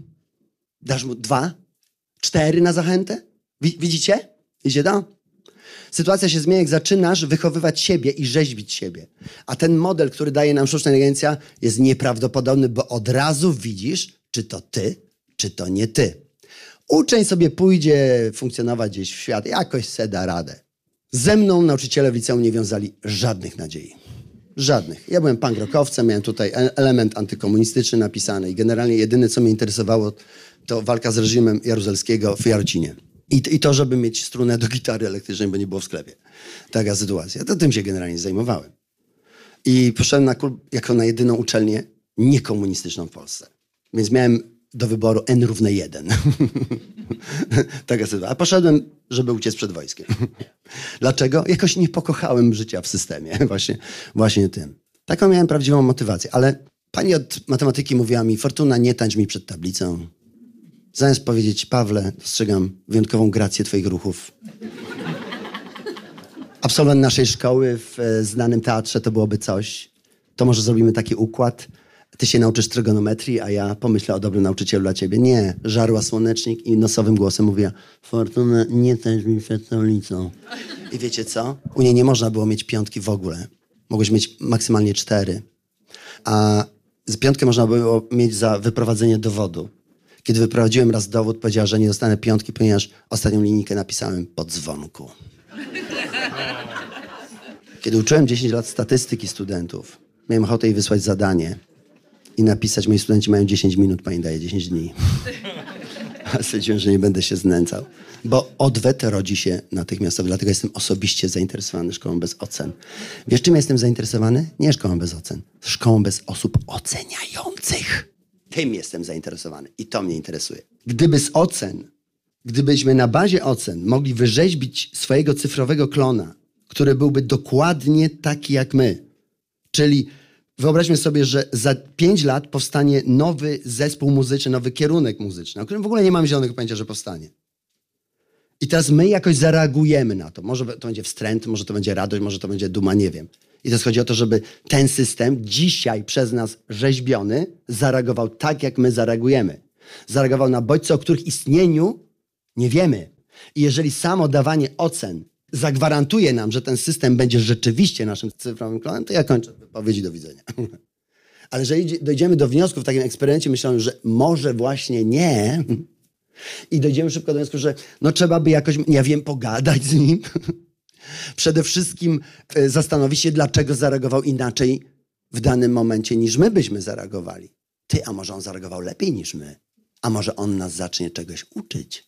Dasz mu dwa? Cztery na zachętę? Widzicie? Widzicie to? Sytuacja się zmienia, jak zaczynasz wychowywać siebie i rzeźbić siebie. A ten model, który daje nam sztuczna inteligencja, jest nieprawdopodobny, bo od razu widzisz, czy to ty, czy to nie ty. Uczeń sobie pójdzie funkcjonować gdzieś w świat, jakoś se da radę. Ze mną nauczyciele w liceum nie wiązali żadnych nadziei. Żadnych. Ja byłem punk rockowcem, miałem tutaj element antykomunistyczny napisany i generalnie jedyne, co mnie interesowało, to walka z reżimem Jaruzelskiego w Jarocinie. I, I to, żeby mieć strunę do gitary elektrycznej, bo nie było w sklepie. Taka sytuacja. To tym się generalnie zajmowałem. I poszedłem na KUL jako na jedyną uczelnię niekomunistyczną w Polsce. Więc miałem do wyboru N równe jeden. Taka sytuacja. A poszedłem, żeby uciec przed wojskiem. Dlaczego? Jakoś nie pokochałem życia w systemie. Właśnie, właśnie tym. Taką miałem prawdziwą motywację. Ale pani od matematyki mówiła mi, Fortuna, nie tańcz mi przed tablicą. Zamiast powiedzieć, Pawle, dostrzegam wyjątkową grację twoich ruchów. Absolwent naszej szkoły w e, znanym teatrze to byłoby coś. To może zrobimy taki układ. Ty się nauczysz trygonometrii, a ja pomyślę o dobrym nauczycielu dla ciebie. Nie, żarła słonecznik i nosowym głosem mówiła, Fortuna, nie tańcz mi przed tablicą. I wiecie co? U niej nie można było mieć piątki w ogóle. Mogłeś mieć maksymalnie cztery. A z piątkę można było mieć za wyprowadzenie dowodu. Kiedy wyprowadziłem raz dowód, powiedziała, że nie dostanę piątki, ponieważ ostatnią linijkę napisałem po dzwonku. Kiedy uczyłem dziesięć lat statystyki studentów, miałem ochotę jej wysłać zadanie i napisać, moi studenci mają dziesięć minut, pani daje dziesięć dni. A stwierdziłem, że nie będę się znęcał, bo odwet rodzi się natychmiastowo, dlatego jestem osobiście zainteresowany szkołą bez ocen. Wiesz, czym jestem zainteresowany? Nie szkołą bez ocen, szkołą bez osób oceniających. Tym jestem zainteresowany i to mnie interesuje. Gdyby z ocen, gdybyśmy na bazie ocen mogli wyrzeźbić swojego cyfrowego klona, który byłby dokładnie taki jak my, czyli wyobraźmy sobie, że za pięć lat powstanie nowy zespół muzyczny, nowy kierunek muzyczny, o którym w ogóle nie mam zielonego pojęcia, że powstanie. I teraz my jakoś zareagujemy na to. Może to będzie wstręt, może to będzie radość, może to będzie duma, nie wiem. I teraz chodzi o to, żeby ten system dzisiaj przez nas rzeźbiony zareagował tak, jak my zareagujemy. Zareagował na bodźce, o których istnieniu nie wiemy. I jeżeli samo dawanie ocen zagwarantuje nam, że ten system będzie rzeczywiście naszym cyfrowym klonem, to ja kończę wypowiedzi, do widzenia. Ale jeżeli dojdziemy do wniosku w takim eksperymencie, myślałem, że może właśnie nie i dojdziemy szybko do wniosku, że no trzeba by jakoś, ja wiem, pogadać z nim. Przede wszystkim zastanowić się, dlaczego zareagował inaczej w danym momencie, niż my byśmy zareagowali. Ty, a może on zareagował lepiej niż my? A może on nas zacznie czegoś uczyć?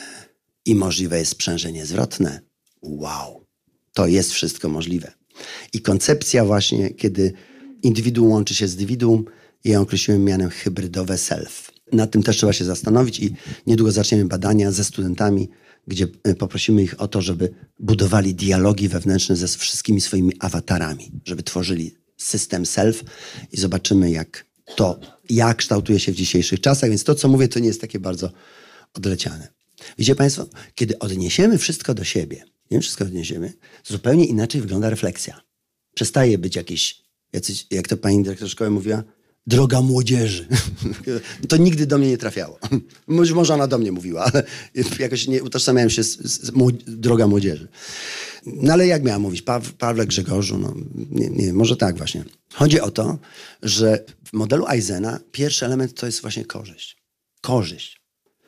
I możliwe jest sprzężenie zwrotne. Wow, to jest wszystko możliwe. I koncepcja właśnie, kiedy indywiduum łączy się z dywiduum, ja określiłem mianem hybrydowe self. Nad tym też trzeba się zastanowić i niedługo zaczniemy badania ze studentami, gdzie poprosimy ich o to, żeby budowali dialogi wewnętrzne ze wszystkimi swoimi awatarami, żeby tworzyli system self i zobaczymy, jak to, jak kształtuje się w dzisiejszych czasach. Więc to, co mówię, to nie jest takie bardzo odleciane. Widzicie Państwo, kiedy odniesiemy wszystko do siebie, nie wszystko odniesiemy, zupełnie inaczej wygląda refleksja. Przestaje być jakieś, jacyś, jak to pani dyrektor szkoły mówiła, droga młodzieży. To nigdy do mnie nie trafiało. Może ona do mnie mówiła, ale jakoś nie utożsamiałem się z, z, z młod- droga młodzieży. No ale jak miała mówić? Pa- Pawle, Grzegorzu, no nie, nie, może tak właśnie. Chodzi o to, że w modelu Eisena pierwszy element to jest właśnie korzyść. Korzyść.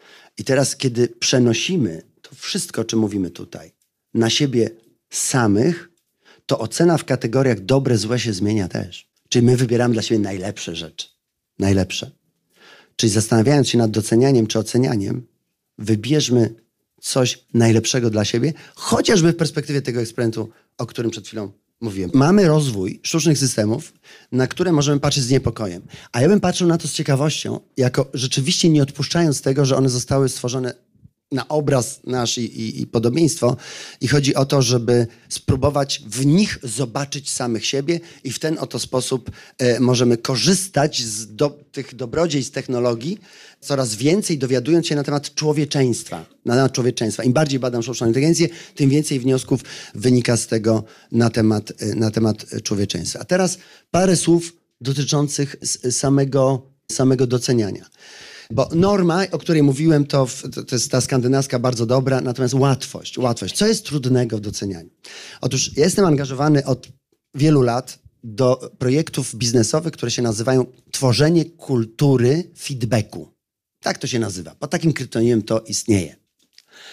I teraz, kiedy przenosimy to wszystko, o czym mówimy tutaj, na siebie samych, to ocena w kategoriach dobre, złe się zmienia też. Czyli my wybieramy dla siebie najlepsze rzeczy. Najlepsze. Czyli zastanawiając się nad docenianiem czy ocenianiem, wybierzmy coś najlepszego dla siebie, chociażby w perspektywie tego eksperymentu, o którym przed chwilą mówiłem. Mamy rozwój sztucznych systemów, na które możemy patrzeć z niepokojem. A ja bym patrzył na to z ciekawością, jako rzeczywiście nie odpuszczając tego, że one zostały stworzone na obraz nasz i, i, i podobieństwo. I chodzi o to, żeby spróbować w nich zobaczyć samych siebie i w ten oto sposób e, możemy korzystać z do, tych dobrodziejstw technologii, coraz więcej dowiadując się na temat człowieczeństwa. Na temat człowieczeństwa. Im bardziej badam sztuczną inteligencję, tym więcej wniosków wynika z tego na temat, na temat człowieczeństwa. A teraz parę słów dotyczących samego, samego doceniania. Bo norma, o której mówiłem, to, w, to jest ta skandynawska bardzo dobra, natomiast łatwość, łatwość. Co jest trudnego w docenianiu? Otóż ja jestem angażowany od wielu lat do projektów biznesowych, które się nazywają tworzenie kultury feedbacku. Tak to się nazywa. Pod takim kryterium to istnieje.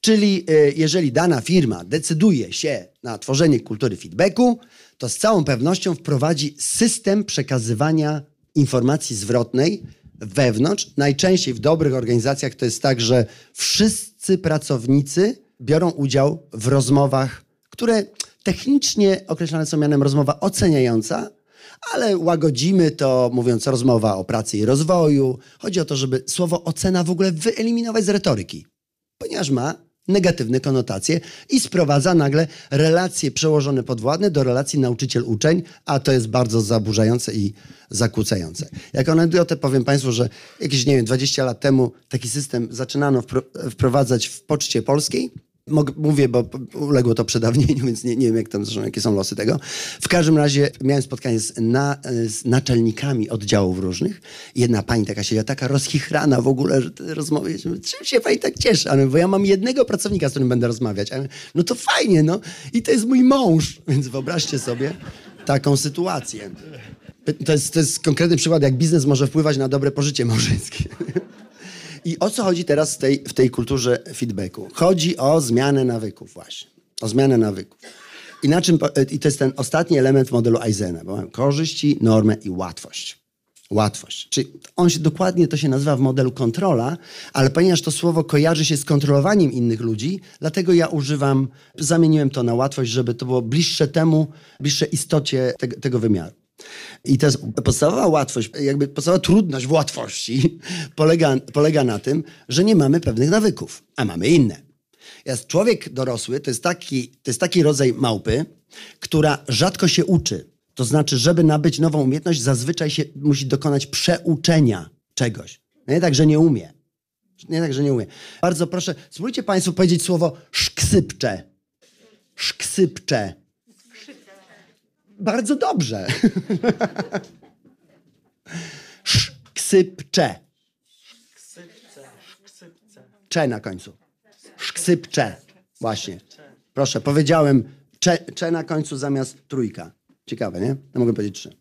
Czyli y, jeżeli dana firma decyduje się na tworzenie kultury feedbacku, to z całą pewnością wprowadzi system przekazywania informacji zwrotnej wewnątrz. Najczęściej w dobrych organizacjach to jest tak, że wszyscy pracownicy biorą udział w rozmowach, które technicznie określane są mianem rozmowa oceniająca, ale łagodzimy to, mówiąc rozmowa o pracy i rozwoju. Chodzi o to, żeby słowo ocena w ogóle wyeliminować z retoryki, ponieważ ma negatywne konotacje i sprowadza nagle relacje przełożone podwładne do relacji nauczyciel-uczeń, a to jest bardzo zaburzające i zakłócające. Jako anegdotę powiem Państwu, że jakieś, nie wiem, dwadzieścia lat temu taki system zaczynano wpro- wprowadzać w Poczcie Polskiej. Mog- mówię, bo uległo to przedawnieniu, więc nie, nie wiem, jak tam, zresztą, jakie są losy tego. W każdym razie miałem spotkanie z, na, z naczelnikami oddziałów różnych. Jedna pani taka siedziała, taka rozchichrana w ogóle, że te rozmowy, czym się pani tak cieszy? A bo ja mam jednego pracownika, z którym będę rozmawiać. A no to fajnie, no. I to jest mój mąż. Więc wyobraźcie sobie taką sytuację. To jest, to jest konkretny przykład, jak biznes może wpływać na dobre pożycie małżeńskie. I o co chodzi teraz w tej, w tej kulturze feedbacku? Chodzi o zmianę nawyków właśnie. O zmianę nawyków. I, na czym, I to jest ten ostatni element modelu Eisena, bo mamy korzyści, normę i łatwość. Łatwość. Czyli on się dokładnie, to się nazywa w modelu kontrola, ale ponieważ to słowo kojarzy się z kontrolowaniem innych ludzi, dlatego ja używam, zamieniłem to na łatwość, żeby to było bliższe temu, bliższe istocie tego, tego wymiaru. I to jest podstawowa łatwość, jakby podstawowa trudność w łatwości polega, polega na tym, że nie mamy pewnych nawyków, a mamy inne. Jest człowiek dorosły to jest, taki, to jest taki rodzaj małpy, która rzadko się uczy. To znaczy, żeby nabyć nową umiejętność, zazwyczaj się musi dokonać przeuczenia czegoś. Nie tak, że nie umie. Nie tak, że nie umie. Bardzo proszę, spróbujcie Państwo powiedzieć słowo szksypcze. Szksypcze. Bardzo dobrze. Szksypcze. Cze na końcu. Szksypcze. Właśnie. Proszę, powiedziałem cze, cze na końcu zamiast trójka. Ciekawe, nie? Ja mogę powiedzieć trzy.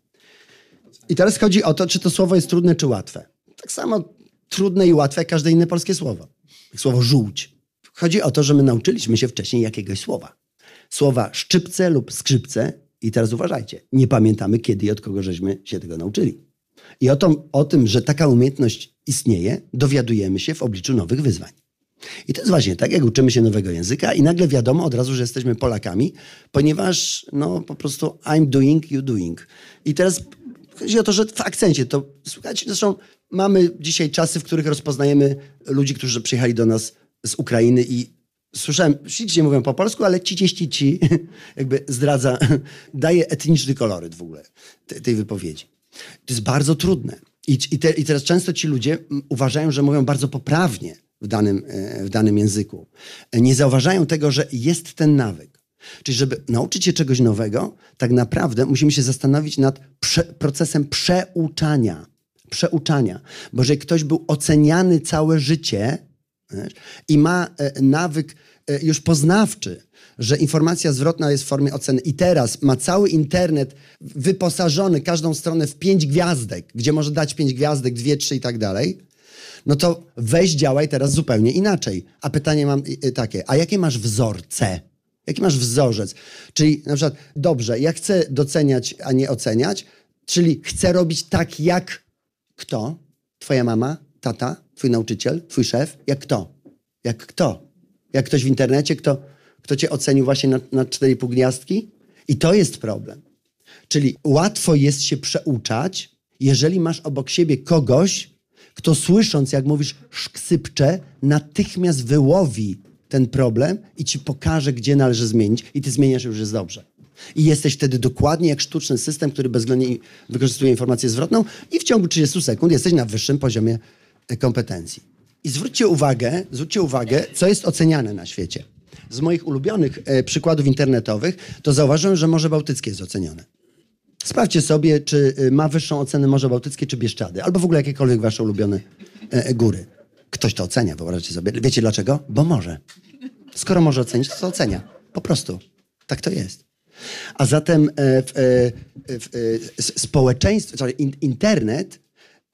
I teraz chodzi o to, czy to słowo jest trudne, czy łatwe. Tak samo trudne i łatwe jak każde inne polskie słowo. Jak słowo żółć. Chodzi o to, że my nauczyliśmy się wcześniej jakiegoś słowa. Słowa szczypce lub skrzypce. I teraz uważajcie, nie pamiętamy kiedy i od kogo żeśmy się tego nauczyli. I o, to, o tym, że taka umiejętność istnieje, dowiadujemy się w obliczu nowych wyzwań. I to jest właśnie tak, jak uczymy się nowego języka i nagle wiadomo od razu, że jesteśmy Polakami, ponieważ no po prostu I'm doing, you doing. I teraz chodzi o to, że w akcencie to, słuchajcie, zresztą mamy dzisiaj czasy, w których rozpoznajemy ludzi, którzy przyjechali do nas z Ukrainy i słyszałem, ślicznie mówią po polsku, ale cicie ścici jakby zdradza, daje etniczny koloryt w ogóle tej, tej wypowiedzi. To jest bardzo trudne. I, i, te, I teraz często ci ludzie uważają, że mówią bardzo poprawnie w danym, w danym języku. Nie zauważają tego, że jest ten nawyk. Czyli żeby nauczyć się czegoś nowego, tak naprawdę musimy się zastanowić nad prze, procesem przeuczania. Przeuczania. Bo jeżeli ktoś był oceniany całe życie, wiesz, i ma e, nawyk e, już poznawczy, że informacja zwrotna jest w formie oceny i teraz ma cały internet wyposażony każdą stronę w pięć gwiazdek, gdzie może dać pięć gwiazdek, dwie, trzy i tak dalej, no to weź działaj teraz zupełnie inaczej. A pytanie mam y, takie, a jakie masz wzorce? Jaki masz wzorzec? Czyli na przykład, dobrze, ja chcę doceniać, a nie oceniać, czyli chcę robić tak jak kto? Twoja mama, tata, twój nauczyciel, twój szef? Jak kto? Jak kto? Jak ktoś w internecie, kto, kto cię ocenił właśnie na, na cztery i pół gwiazdki? I to jest problem. Czyli łatwo jest się przeuczać, jeżeli masz obok siebie kogoś, kto słysząc, jak mówisz szksypcze, natychmiast wyłowi ten problem i ci pokaże, gdzie należy zmienić i ty zmieniasz, już jest dobrze. I jesteś wtedy dokładnie jak sztuczny system, który bezwzględnie wykorzystuje informację zwrotną i w ciągu trzydziestu sekund jesteś na wyższym poziomie kompetencji. I zwróćcie uwagę, zwróćcie uwagę, co jest oceniane na świecie. Z moich ulubionych e, przykładów internetowych to zauważyłem, że Morze Bałtyckie jest ocenione. Sprawdźcie sobie, czy ma wyższą ocenę Morze Bałtyckie, czy Bieszczady, albo w ogóle jakiekolwiek wasze ulubione e, góry. Ktoś to ocenia, wyobraźcie sobie. Wiecie dlaczego? Bo może. Skoro może ocenić, to, to ocenia. Po prostu. Tak to jest. A zatem e, w, e, w, e, społeczeństwo, czyli in, internet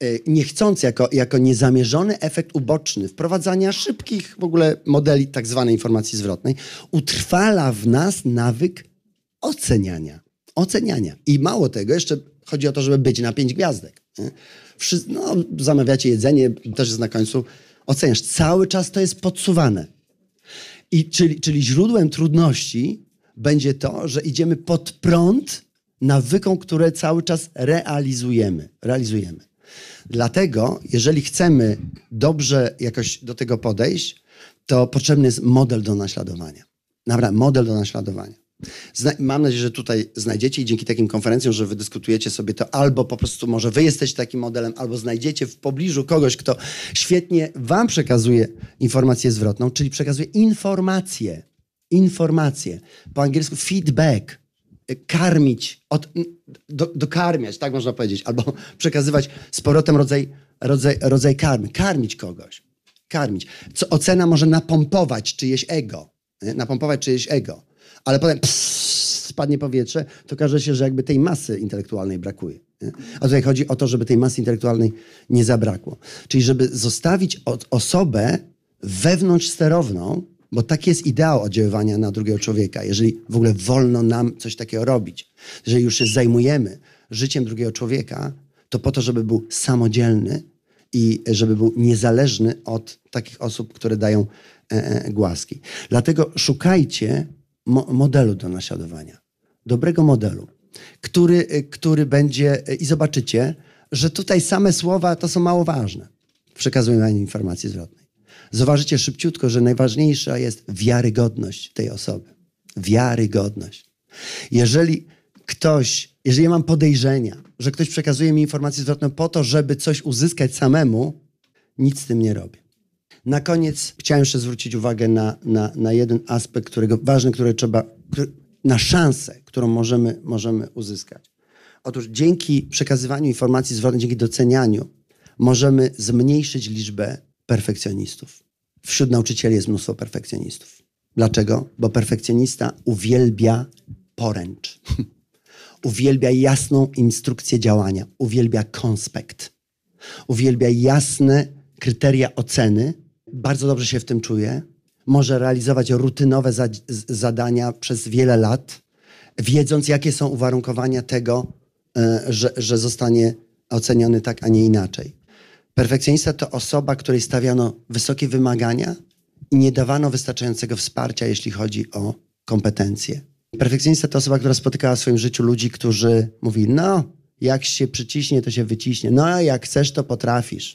niechcący, jako, jako niezamierzony efekt uboczny wprowadzania szybkich w ogóle modeli tak zwanej informacji zwrotnej, utrwala w nas nawyk oceniania. Oceniania. I mało tego, jeszcze chodzi o to, żeby być na pięć gwiazdek. Nie? Wszy- no, zamawiacie jedzenie, też jest na końcu, oceniasz. Cały czas to jest podsuwane. I czyli, czyli źródłem trudności będzie to, że idziemy pod prąd nawykom, które cały czas realizujemy. realizujemy. Dlatego, jeżeli chcemy dobrze jakoś do tego podejść, to potrzebny jest model do naśladowania. Naprawdę, model do naśladowania. Zna- mam nadzieję, że tutaj znajdziecie i dzięki takim konferencjom, że wydyskutujecie sobie to, albo po prostu może wy jesteście takim modelem, albo znajdziecie w pobliżu kogoś, kto świetnie wam przekazuje informację zwrotną, czyli przekazuje informacje. Informacje. Po angielsku feedback. Karmić, od, do, dokarmiać, tak można powiedzieć, albo przekazywać z powrotem rodzaj, rodzaj, rodzaj karmy. Karmić kogoś. Karmić. Co ocena może napompować czyjeś ego. Nie? Napompować czyjeś ego. Ale potem pss, spadnie powietrze, to okaże się, że jakby tej masy intelektualnej brakuje. Nie? A tutaj chodzi o to, żeby tej masy intelektualnej nie zabrakło. Czyli żeby zostawić od osobę wewnątrz sterowną, bo taki jest ideał oddziaływania na drugiego człowieka, jeżeli w ogóle wolno nam coś takiego robić. Jeżeli już się zajmujemy życiem drugiego człowieka, to po to, żeby był samodzielny i żeby był niezależny od takich osób, które dają e, e, głaski. Dlatego szukajcie mo- modelu do naśladowania. Dobrego modelu, który, e, który będzie... E, I zobaczycie, że tutaj same słowa to są mało ważne w przekazywaniu informacji zwrotnej. Zauważycie szybciutko, że najważniejsza jest wiarygodność tej osoby. Wiarygodność. Jeżeli ktoś, jeżeli ja mam podejrzenia, że ktoś przekazuje mi informację zwrotną po to, żeby coś uzyskać samemu, nic z tym nie robię. Na koniec chciałem jeszcze zwrócić uwagę na, na, na jeden aspekt, którego, ważny, który trzeba, który, na szansę, którą możemy, możemy uzyskać. Otóż dzięki przekazywaniu informacji zwrotnej, dzięki docenianiu, możemy zmniejszyć liczbę perfekcjonistów. Wśród nauczycieli jest mnóstwo perfekcjonistów. Dlaczego? Bo perfekcjonista uwielbia poręcz. Uwielbia jasną instrukcję działania. Uwielbia konspekt. Uwielbia jasne kryteria oceny. Bardzo dobrze się w tym czuje. Może realizować rutynowe za- zadania przez wiele lat, wiedząc, jakie są uwarunkowania tego, że, że zostanie oceniony tak, a nie inaczej. Perfekcjonista to osoba, której stawiano wysokie wymagania i nie dawano wystarczającego wsparcia, jeśli chodzi o kompetencje. Perfekcjonista to osoba, która spotykała w swoim życiu ludzi, którzy mówili, no, jak się przyciśnie, to się wyciśnie. No, a jak chcesz, to potrafisz.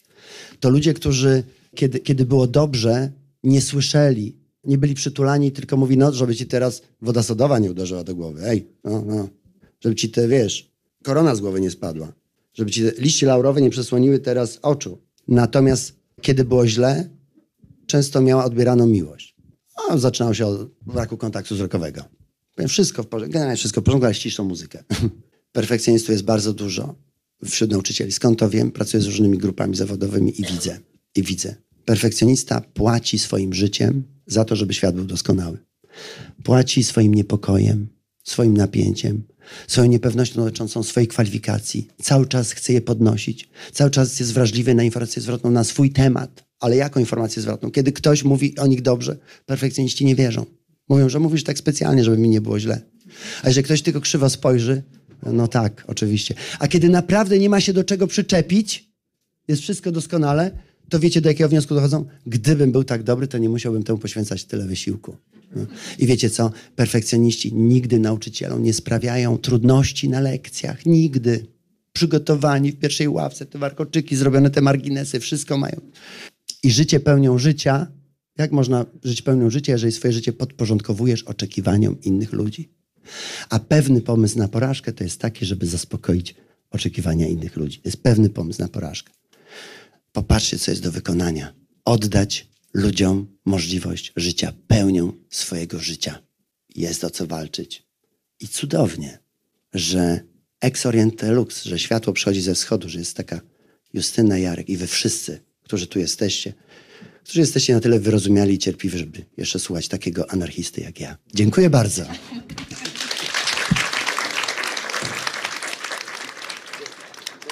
To ludzie, którzy, kiedy, kiedy było dobrze, nie słyszeli, nie byli przytulani, tylko mówili, no, żeby ci teraz woda sodowa nie uderzyła do głowy. Ej, no, no, żeby ci te, wiesz, korona z głowy nie spadła. Żeby ci liście laurowe nie przesłoniły teraz oczu. Natomiast kiedy było źle, często miała odbieraną miłość. A zaczynało się od braku kontaktu wzrokowego. Powiem, wszystko w porządku, generalnie wszystko w porządku, ale ściszą muzykę. Perfekcjonistów jest bardzo dużo wśród nauczycieli. Skąd to wiem? Pracuję z różnymi grupami zawodowymi i widzę. I widzę. Perfekcjonista płaci swoim życiem za to, żeby świat był doskonały. Płaci swoim niepokojem, swoim napięciem, swoją niepewnością dotyczącą swojej kwalifikacji. Cały czas chce je podnosić. Cały czas jest wrażliwy na informację zwrotną, na swój temat. Ale jaką informację zwrotną? Kiedy ktoś mówi o nich dobrze, perfekcjoniści nie wierzą. Mówią, że mówisz tak specjalnie, żeby mi nie było źle. A jeżeli ktoś tylko krzywo spojrzy, no tak, oczywiście. A kiedy naprawdę nie ma się do czego przyczepić, jest wszystko doskonale, to wiecie, do jakiego wniosku dochodzą? Gdybym był tak dobry, to nie musiałbym temu poświęcać tyle wysiłku. No. I wiecie co? Perfekcjoniści nigdy nauczycielom nie sprawiają trudności na lekcjach. Nigdy. Przygotowani w pierwszej ławce, te warkoczyki, zrobione te marginesy, wszystko mają. I życie pełnią życia. Jak można żyć pełnią życia, jeżeli swoje życie podporządkowujesz oczekiwaniom innych ludzi? A pewny pomysł na porażkę to jest taki, żeby zaspokoić oczekiwania innych ludzi. To jest pewny pomysł na porażkę. Popatrzcie, co jest do wykonania. Oddać ludziom możliwość życia pełnią swojego życia. Jest o co walczyć. I cudownie, że ex oriente lux, że światło przychodzi ze wschodu, że jest taka Justyna, Jarek i wy wszyscy, którzy tu jesteście, którzy jesteście na tyle wyrozumiali i cierpliwi, żeby jeszcze słuchać takiego anarchisty jak ja. Dziękuję bardzo.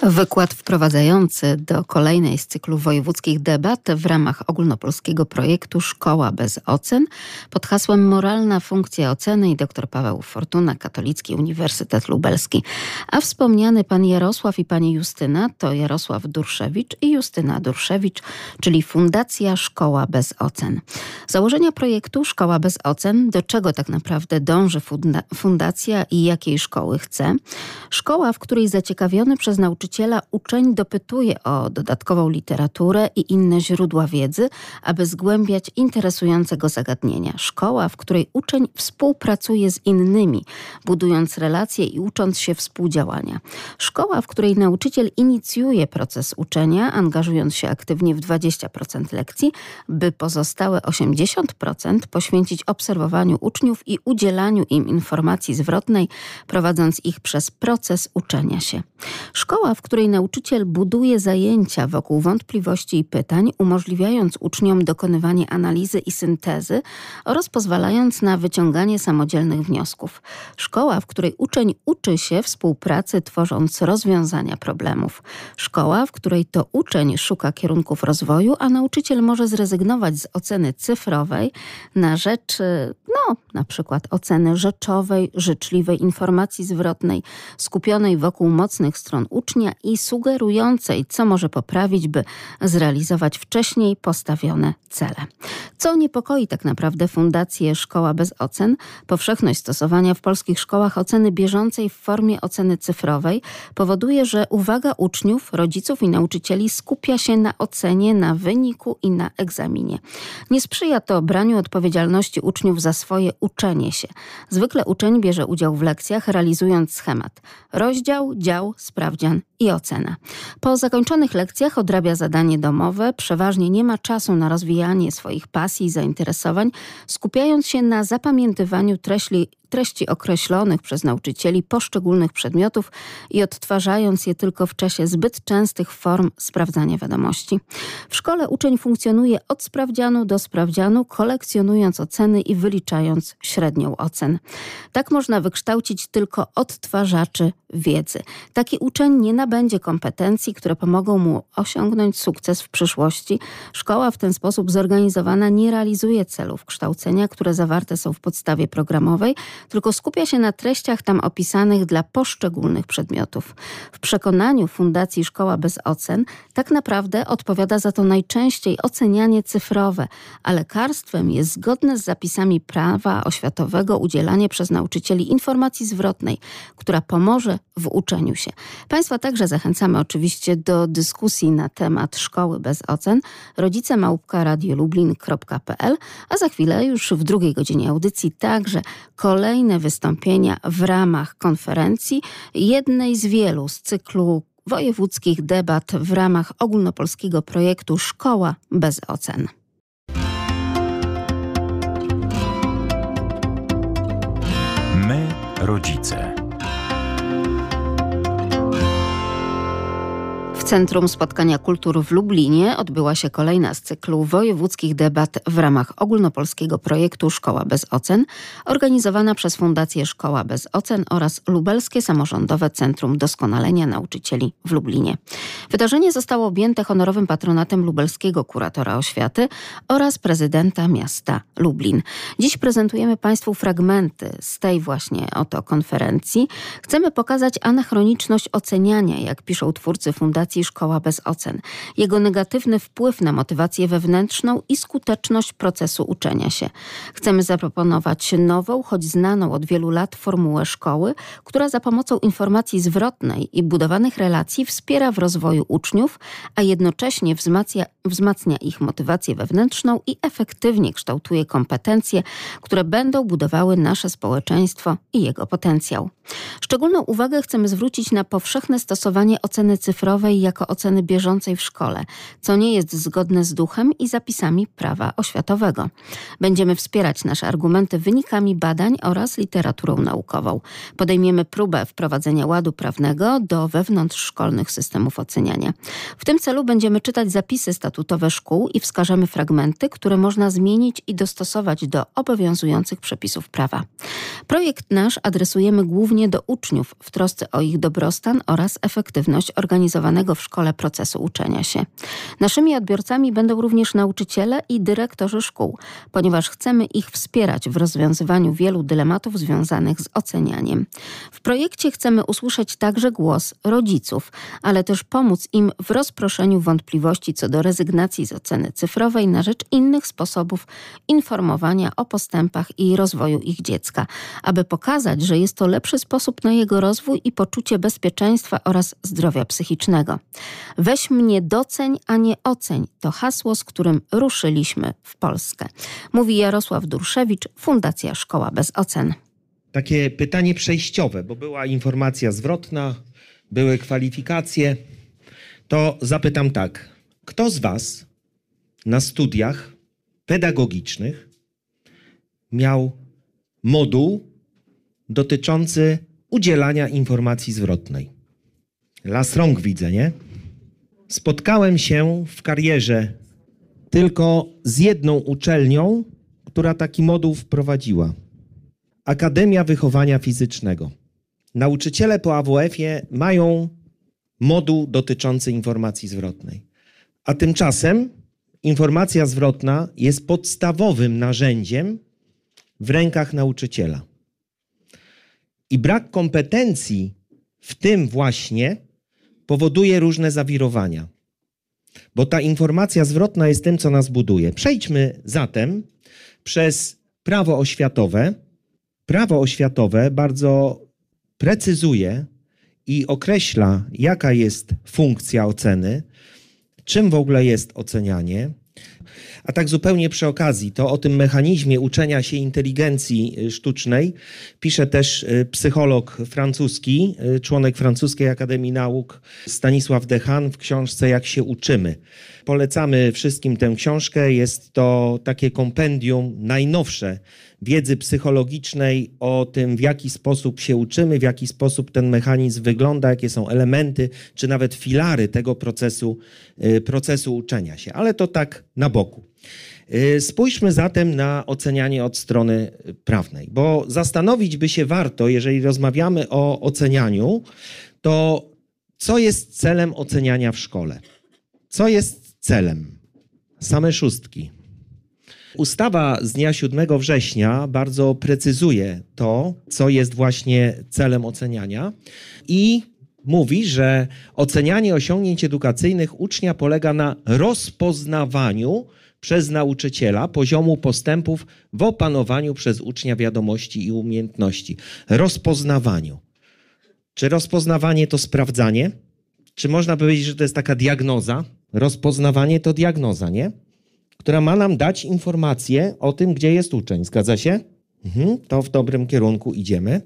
Wykład wprowadzający do kolejnej z cyklu wojewódzkich debat w ramach ogólnopolskiego projektu Szkoła bez ocen pod hasłem Moralna funkcja oceny i dr Paweł Fortuna, Katolicki Uniwersytet Lubelski. A wspomniany pan Jarosław i pani Justyna to Jarosław Durszewicz i Justyna Durszewicz, czyli Fundacja Szkoła bez ocen. Założenia projektu Szkoła bez ocen, do czego tak naprawdę dąży funda- fundacja i jakiej szkoły chce? Szkoła, w której zaciekawiony przez nauczyciela uczeń dopytuje o dodatkową literaturę i inne źródła wiedzy, aby zgłębiać interesujące go zagadnienia. Szkoła, w której uczeń współpracuje z innymi, budując relacje i ucząc się współdziałania. Szkoła, w której nauczyciel inicjuje proces uczenia, angażując się aktywnie w dwadzieścia procent lekcji, by pozostałe osiemdziesiąt procent poświęcić obserwowaniu uczniów i udzielaniu im informacji zwrotnej, prowadząc ich przez proces uczenia się. Szkoła, w której nauczyciel buduje zajęcia wokół wątpliwości i pytań, umożliwiając uczniom dokonywanie analizy i syntezy oraz pozwalając na wyciąganie samodzielnych wniosków. Szkoła, w której uczeń uczy się współpracy, tworząc rozwiązania problemów. Szkoła, w której to uczeń szuka kierunków rozwoju, a nauczyciel może zrezygnować z oceny cyfrowej na rzecz, no, na przykład oceny rzeczowej, życzliwej informacji zwrotnej, skupionej wokół mocnych stron ucznia i sugerującej, co może poprawić, by zrealizować wcześniej postawione cele. Co niepokoi tak naprawdę Fundację Szkoła bez ocen? Powszechność stosowania w polskich szkołach oceny bieżącej w formie oceny cyfrowej powoduje, że uwaga uczniów, rodziców i nauczycieli skupia się na ocenie, na wyniku i na egzaminie. Nie sprzyja to braniu odpowiedzialności uczniów za swoje uczenie się. Zwykle uczeń bierze udział w lekcjach, realizując schemat: rozdział, dział, sprawdzian i ocena. Po zakończonych lekcjach odrabia zadanie domowe, przeważnie nie ma czasu na rozwijanie swoich pasji i zainteresowań, skupiając się na zapamiętywaniu treści, treści określonych przez nauczycieli poszczególnych przedmiotów i odtwarzając je tylko w czasie zbyt częstych form sprawdzania wiadomości. W szkole uczeń funkcjonuje od sprawdzianu do sprawdzianu, kolekcjonując oceny i wyliczając średnią ocen. Tak można wykształcić tylko odtwarzaczy wiedzy. Taki uczeń nie nabędzie kompetencji, które pomogą mu osiągnąć sukces w przyszłości. Szkoła w ten sposób zorganizowana nie realizuje celów kształcenia, które zawarte są w podstawie programowej, tylko skupia się na treściach tam opisanych dla poszczególnych przedmiotów. W przekonaniu Fundacji Szkoła bez ocen tak naprawdę odpowiada za to najczęściej ocenianie cyfrowe, a lekarstwem jest zgodne z zapisami prawa oświatowego udzielanie przez nauczycieli informacji zwrotnej, która pomoże w uczeniu się. Państwa także zachęcamy oczywiście do dyskusji na temat Szkoły bez ocen. rodzice małpka radiolublin kropka p l, a za chwilę już w drugiej godzinie audycji także kolejne wystąpienia w ramach konferencji, jednej z wielu z cyklu wojewódzkich debat w ramach ogólnopolskiego projektu Szkoła bez ocen. My, rodzice. W Centrum Spotkania Kultur w Lublinie odbyła się kolejna z cyklu wojewódzkich debat w ramach ogólnopolskiego projektu Szkoła bez ocen, organizowana przez Fundację Szkoła bez ocen oraz Lubelskie Samorządowe Centrum Doskonalenia Nauczycieli w Lublinie. Wydarzenie zostało objęte honorowym patronatem lubelskiego kuratora oświaty oraz prezydenta miasta Lublin. Dziś prezentujemy Państwu fragmenty z tej właśnie oto konferencji. Chcemy pokazać anachroniczność oceniania, jak piszą twórcy Fundacji Szkoła bez ocen, jego negatywny wpływ na motywację wewnętrzną i skuteczność procesu uczenia się. Chcemy zaproponować nową, choć znaną od wielu lat formułę szkoły, która za pomocą informacji zwrotnej i budowanych relacji wspiera w rozwoju uczniów, a jednocześnie wzmacnia, wzmacnia ich motywację wewnętrzną i efektywnie kształtuje kompetencje, które będą budowały nasze społeczeństwo i jego potencjał. Szczególną uwagę chcemy zwrócić na powszechne stosowanie oceny cyfrowej jako oceny bieżącej w szkole, co nie jest zgodne z duchem i zapisami prawa oświatowego. Będziemy wspierać nasze argumenty wynikami badań oraz literaturą naukową. Podejmiemy próbę wprowadzenia ładu prawnego do wewnątrzszkolnych systemów oceniania. W tym celu będziemy czytać zapisy statutowe szkół i wskażemy fragmenty, które można zmienić i dostosować do obowiązujących przepisów prawa. Projekt nasz adresujemy głównie do uczniów w trosce o ich dobrostan oraz efektywność organizowanego w szkole procesu uczenia się. Naszymi odbiorcami będą również nauczyciele i dyrektorzy szkół, ponieważ chcemy ich wspierać w rozwiązywaniu wielu dylematów związanych z ocenianiem. W projekcie chcemy usłyszeć także głos rodziców, ale też pomóc im w rozproszeniu wątpliwości co do rezygnacji z oceny cyfrowej na rzecz innych sposobów informowania o postępach i rozwoju ich dziecka, aby pokazać, że jest to lepszy sposób na jego rozwój i poczucie bezpieczeństwa oraz zdrowia psychicznego. Weź mnie doceń, a nie oceń. To hasło, z którym ruszyliśmy w Polskę. Mówi Jarosław Durszewicz, Fundacja Szkoła bez ocen. Takie pytanie przejściowe, bo była informacja zwrotna, były kwalifikacje. To zapytam tak. Kto z was na studiach pedagogicznych miał moduł dotyczący udzielania informacji zwrotnej? Las rąk widzę, nie? Spotkałem się w karierze tylko z jedną uczelnią, która taki moduł wprowadziła. Akademia Wychowania Fizycznego. Nauczyciele po A W F-ie mają moduł dotyczący informacji zwrotnej. A tymczasem informacja zwrotna jest podstawowym narzędziem w rękach nauczyciela. I brak kompetencji w tym właśnie powoduje różne zawirowania. Bo ta informacja zwrotna jest tym, co nas buduje. Przejdźmy zatem przez prawo oświatowe. Prawo oświatowe bardzo precyzuje i określa, jaka jest funkcja oceny, czym w ogóle jest ocenianie. A tak zupełnie przy okazji, to o tym mechanizmie uczenia się inteligencji sztucznej pisze też psycholog francuski, członek Francuskiej Akademii Nauk Stanisław Dehaene w książce Jak się uczymy. Polecamy wszystkim tę książkę. Jest to takie kompendium najnowsze wiedzy psychologicznej o tym, w jaki sposób się uczymy, w jaki sposób ten mechanizm wygląda, jakie są elementy, czy nawet filary tego procesu, procesu uczenia się. Ale to tak na boku. Spójrzmy zatem na ocenianie od strony prawnej, bo zastanowić by się warto, jeżeli rozmawiamy o ocenianiu, to co jest celem oceniania w szkole? Co jest celem? Same szóstki. Ustawa z dnia siódmego września bardzo precyzuje to, co jest właśnie celem oceniania i mówi, że ocenianie osiągnięć edukacyjnych ucznia polega na rozpoznawaniu przez nauczyciela poziomu postępów w opanowaniu przez ucznia wiadomości i umiejętności. Rozpoznawaniu. Czy rozpoznawanie to sprawdzanie? Czy można powiedzieć, że to jest taka diagnoza? Rozpoznawanie to diagnoza, nie? Która ma nam dać informację o tym, gdzie jest uczeń. Zgadza się? Mhm, to w dobrym kierunku idziemy.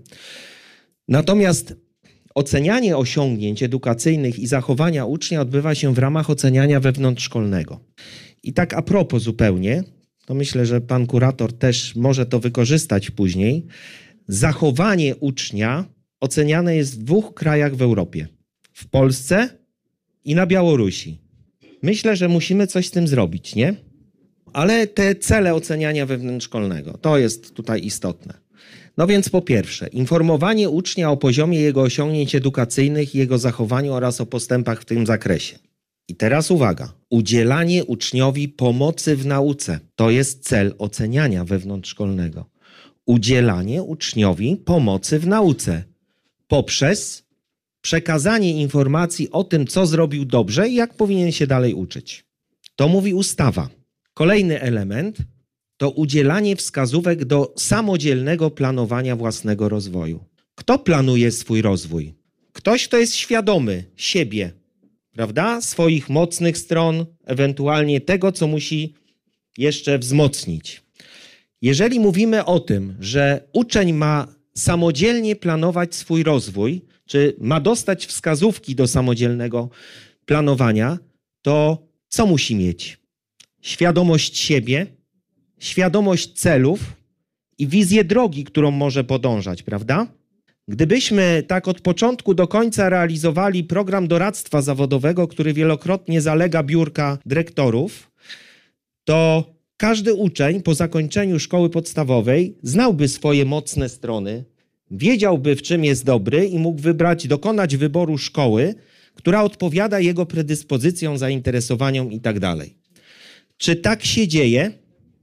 Natomiast ocenianie osiągnięć edukacyjnych i zachowania ucznia odbywa się w ramach oceniania wewnątrzszkolnego. I tak a propos zupełnie, to myślę, że pan kurator też może to wykorzystać później. Zachowanie ucznia oceniane jest w dwóch krajach w Europie. W Polsce i na Białorusi. Myślę, że musimy coś z tym zrobić, nie? Ale te cele oceniania wewnątrzszkolnego, to jest tutaj istotne. No więc po pierwsze, informowanie ucznia o poziomie jego osiągnięć edukacyjnych i jego zachowaniu oraz o postępach w tym zakresie. I teraz uwaga, udzielanie uczniowi pomocy w nauce. To jest cel oceniania wewnątrzszkolnego. Udzielanie uczniowi pomocy w nauce poprzez przekazanie informacji o tym, co zrobił dobrze i jak powinien się dalej uczyć. To mówi ustawa. Kolejny element to udzielanie wskazówek do samodzielnego planowania własnego rozwoju. Kto planuje swój rozwój? Ktoś, kto jest świadomy siebie, prawda? Swoich mocnych stron, ewentualnie tego, co musi jeszcze wzmocnić. Jeżeli mówimy o tym, że uczeń ma samodzielnie planować swój rozwój, czy ma dostać wskazówki do samodzielnego planowania, to co musi mieć? Świadomość siebie, świadomość celów i wizję drogi, którą może podążać, prawda? Gdybyśmy tak od początku do końca realizowali program doradztwa zawodowego, który wielokrotnie zalega biurka dyrektorów, to każdy uczeń po zakończeniu szkoły podstawowej znałby swoje mocne strony, wiedziałby, w czym jest dobry i mógł wybrać, dokonać wyboru szkoły, która odpowiada jego predyspozycjom, zainteresowaniom i tak dalej. Czy tak się dzieje?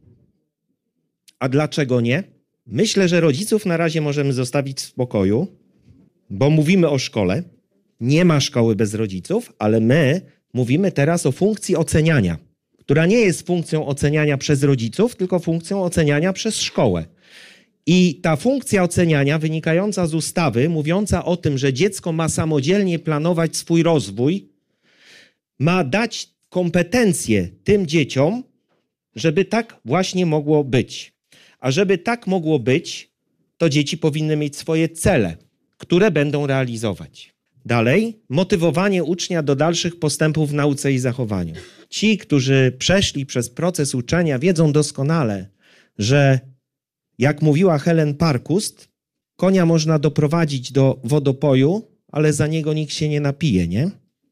A dlaczego nie? Myślę, że rodziców na razie możemy zostawić w spokoju, bo mówimy o szkole. Nie ma szkoły bez rodziców, ale my mówimy teraz o funkcji oceniania, która nie jest funkcją oceniania przez rodziców, tylko funkcją oceniania przez szkołę. I ta funkcja oceniania wynikająca z ustawy, mówiąca o tym, że dziecko ma samodzielnie planować swój rozwój, ma dać kompetencje tym dzieciom, żeby tak właśnie mogło być. A żeby tak mogło być, to dzieci powinny mieć swoje cele, które będą realizować. Dalej, motywowanie ucznia do dalszych postępów w nauce i zachowaniu. Ci, którzy przeszli przez proces uczenia, wiedzą doskonale, że jak mówiła Helen Parkhurst, konia można doprowadzić do wodopoju, ale za niego nikt się nie napije, nie?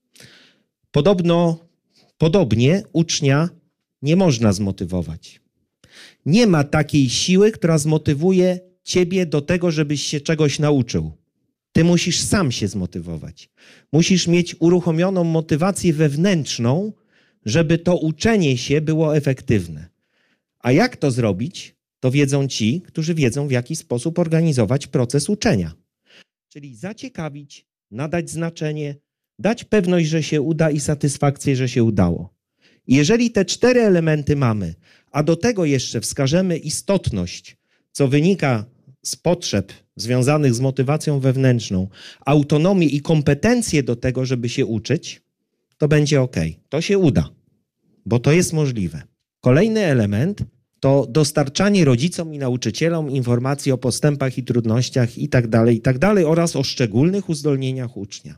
Podobno, podobnie ucznia nie można zmotywować. Nie ma takiej siły, która zmotywuje ciebie do tego, żebyś się czegoś nauczył. Ty musisz sam się zmotywować. Musisz mieć uruchomioną motywację wewnętrzną, żeby to uczenie się było efektywne. A jak to zrobić, to wiedzą ci, którzy wiedzą, w jaki sposób organizować proces uczenia. Czyli zaciekawić, nadać znaczenie, dać pewność, że się uda i satysfakcję, że się udało. I jeżeli te cztery elementy mamy, a do tego jeszcze wskażemy istotność, co wynika z potrzeb związanych z motywacją wewnętrzną, autonomię i kompetencje do tego, żeby się uczyć, to będzie ok. To się uda, bo to jest możliwe. Kolejny element to dostarczanie rodzicom i nauczycielom informacji o postępach i trudnościach itd., itd. oraz o szczególnych uzdolnieniach ucznia.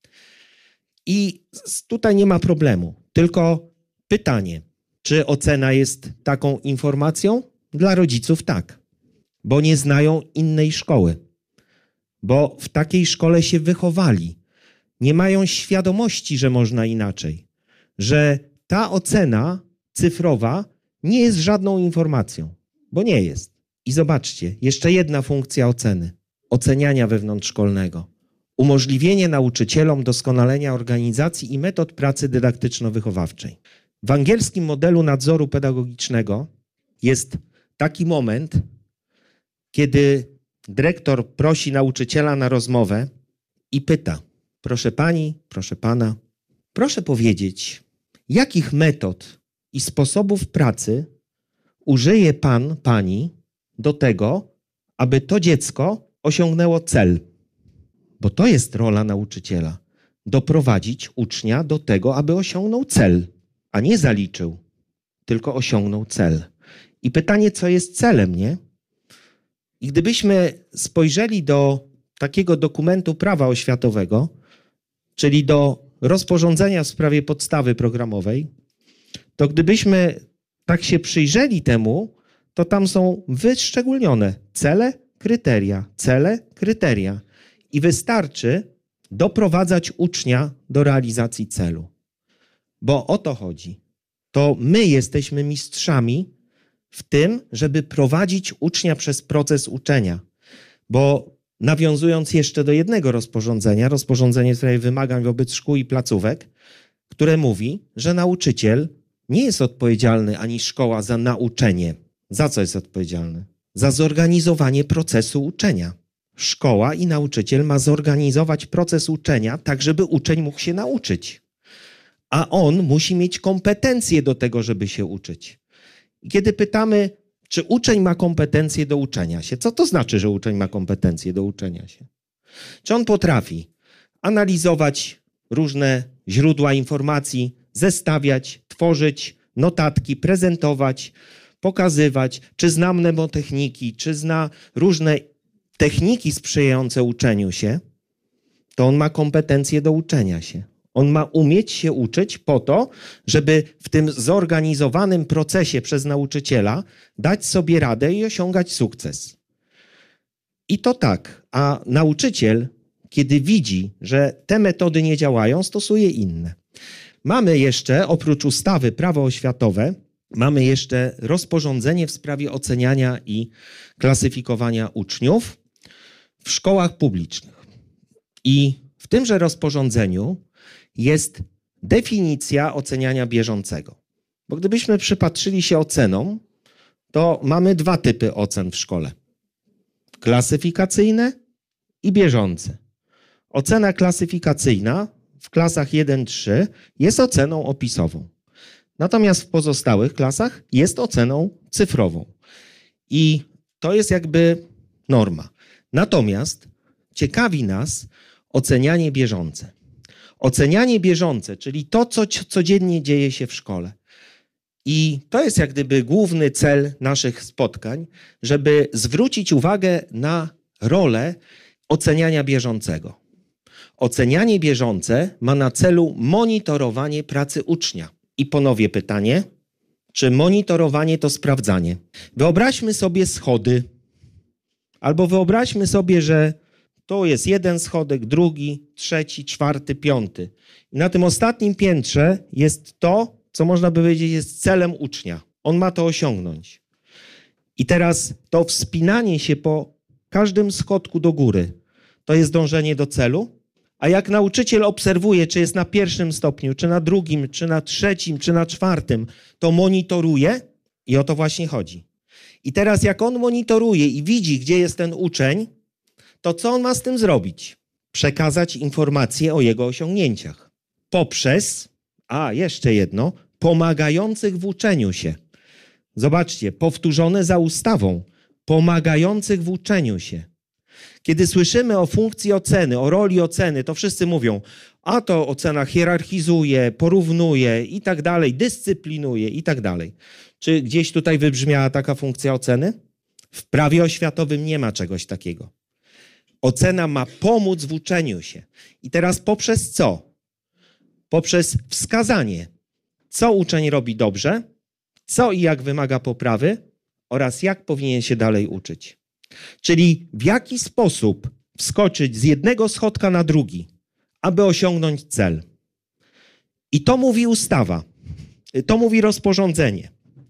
I tutaj nie ma problemu, tylko pytanie, czy ocena jest taką informacją? Dla rodziców tak, bo nie znają innej szkoły, bo w takiej szkole się wychowali. Nie mają świadomości, że można inaczej, że ta ocena cyfrowa nie jest żadną informacją, bo nie jest. I zobaczcie, jeszcze jedna funkcja oceny, oceniania wewnątrzszkolnego. Umożliwienie nauczycielom doskonalenia organizacji i metod pracy dydaktyczno-wychowawczej. W angielskim modelu nadzoru pedagogicznego jest taki moment, kiedy dyrektor prosi nauczyciela na rozmowę i pyta: proszę pani, proszę pana, proszę powiedzieć, jakich metod i sposobów pracy użyje pan, pani do tego, aby to dziecko osiągnęło cel? Bo to jest rola nauczyciela. Doprowadzić ucznia do tego, aby osiągnął cel, a nie zaliczył, tylko osiągnął cel. I pytanie, co jest celem, nie? I gdybyśmy spojrzeli do takiego dokumentu prawa oświatowego, czyli do rozporządzenia w sprawie podstawy programowej, to gdybyśmy tak się przyjrzeli temu, to tam są wyszczególnione cele, kryteria, cele, kryteria. I wystarczy doprowadzać ucznia do realizacji celu. Bo o to chodzi. To my jesteśmy mistrzami w tym, żeby prowadzić ucznia przez proces uczenia. Bo nawiązując jeszcze do jednego rozporządzenia, rozporządzenie w sprawie wymagań wobec szkół i placówek, które mówi, że nauczyciel nie jest odpowiedzialny ani szkoła za nauczenie. Za co jest odpowiedzialny? Za zorganizowanie procesu uczenia. Szkoła i nauczyciel ma zorganizować proces uczenia tak, żeby uczeń mógł się nauczyć. A on musi mieć kompetencje do tego, żeby się uczyć. I kiedy pytamy, czy uczeń ma kompetencje do uczenia się, co to znaczy, że uczeń ma kompetencje do uczenia się? Czy on potrafi analizować różne źródła informacji, zestawiać, tworzyć notatki, prezentować, pokazywać, czy zna mnemotechniki, czy zna różne techniki sprzyjające uczeniu się, to on ma kompetencje do uczenia się. On ma umieć się uczyć po to, żeby w tym zorganizowanym procesie przez nauczyciela dać sobie radę i osiągać sukces. I to tak, a nauczyciel, kiedy widzi, że te metody nie działają, stosuje inne. Mamy jeszcze, oprócz ustawy Prawo oświatowe, mamy jeszcze rozporządzenie w sprawie oceniania i klasyfikowania uczniów w szkołach publicznych. I w tymże rozporządzeniu jest definicja oceniania bieżącego. Bo gdybyśmy przypatrzyli się ocenom, to mamy dwa typy ocen w szkole. Klasyfikacyjne i bieżące. Ocena klasyfikacyjna w klasach jeden trzy jest oceną opisową. Natomiast w pozostałych klasach jest oceną cyfrową. I to jest jakby norma. Natomiast ciekawi nas ocenianie bieżące. Ocenianie bieżące, czyli to, co codziennie dzieje się w szkole. I to jest jak gdyby główny cel naszych spotkań, żeby zwrócić uwagę na rolę oceniania bieżącego. Ocenianie bieżące ma na celu monitorowanie pracy ucznia. I ponownie pytanie, czy monitorowanie to sprawdzanie? Wyobraźmy sobie schody, albo wyobraźmy sobie, że to jest jeden schodek, drugi, trzeci, czwarty, piąty. I na tym ostatnim piętrze jest to, co można by powiedzieć jest celem ucznia. On ma to osiągnąć. I teraz to wspinanie się po każdym schodku do góry, to jest dążenie do celu. A jak nauczyciel obserwuje, czy jest na pierwszym stopniu, czy na drugim, czy na trzecim, czy na czwartym, to monitoruje i o to właśnie chodzi. I teraz jak on monitoruje i widzi, gdzie jest ten uczeń, to co on ma z tym zrobić? Przekazać informacje o jego osiągnięciach. Poprzez, a jeszcze jedno, pomagających w uczeniu się. Zobaczcie, powtórzone za ustawą, pomagających w uczeniu się. Kiedy słyszymy o funkcji oceny, o roli oceny, to wszyscy mówią, a to ocena hierarchizuje, porównuje i tak dalej, dyscyplinuje i tak dalej. Czy gdzieś tutaj wybrzmiała taka funkcja oceny? W prawie oświatowym nie ma czegoś takiego. Ocena ma pomóc w uczeniu się. I teraz poprzez co? Poprzez wskazanie, co uczeń robi dobrze, co i jak wymaga poprawy oraz jak powinien się dalej uczyć. Czyli w jaki sposób wskoczyć z jednego schodka na drugi, aby osiągnąć cel. I to mówi ustawa, to mówi rozporządzenie.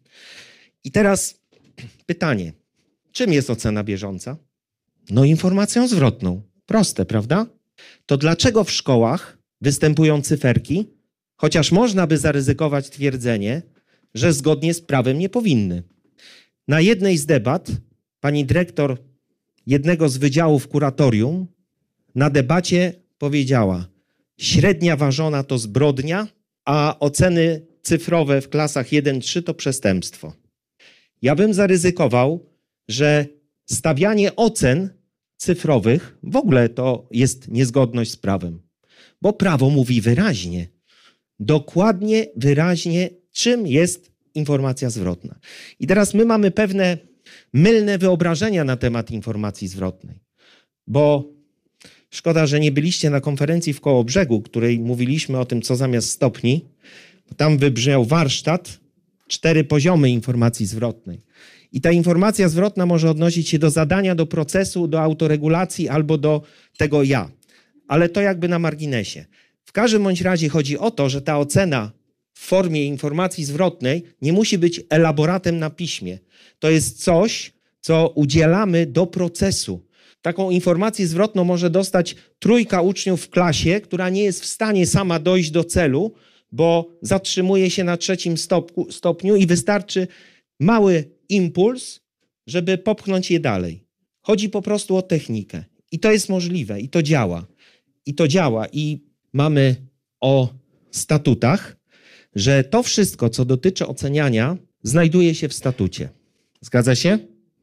I teraz pytanie, czym jest ocena bieżąca? No informacją zwrotną. Proste, prawda? To dlaczego w szkołach występują cyferki, chociaż można by zaryzykować twierdzenie, że zgodnie z prawem nie powinny? Na jednej z debat pani dyrektor jednego z wydziałów kuratorium na debacie powiedziała: średnia ważona to zbrodnia, a oceny cyfrowe w klasach jeden trzy to przestępstwo. Ja bym zaryzykował, że stawianie ocen cyfrowych w ogóle to jest niezgodność z prawem, bo prawo mówi wyraźnie, dokładnie, wyraźnie, czym jest informacja zwrotna. I teraz my mamy pewne mylne wyobrażenia na temat informacji zwrotnej, bo szkoda, że nie byliście na konferencji w Kołobrzegu, której mówiliśmy o tym, co zamiast stopni. Tam wybrzmiał warsztat, cztery poziomy informacji zwrotnej. I ta informacja zwrotna może odnosić się do zadania, do procesu, do autoregulacji albo do tego ja. Ale to jakby na marginesie. W każdym bądź razie chodzi o to, że ta ocena w formie informacji zwrotnej nie musi być elaboratem na piśmie. To jest coś, co udzielamy do procesu. Taką informację zwrotną może dostać trójka uczniów w klasie, która nie jest w stanie sama dojść do celu, bo zatrzymuje się na trzecim stopku, stopniu i wystarczy mały impuls, żeby popchnąć je dalej. Chodzi po prostu o technikę. I to jest możliwe, i to działa. I to działa. I mamy o statutach, że to wszystko, co dotyczy oceniania, znajduje się w statucie. Zgadza się?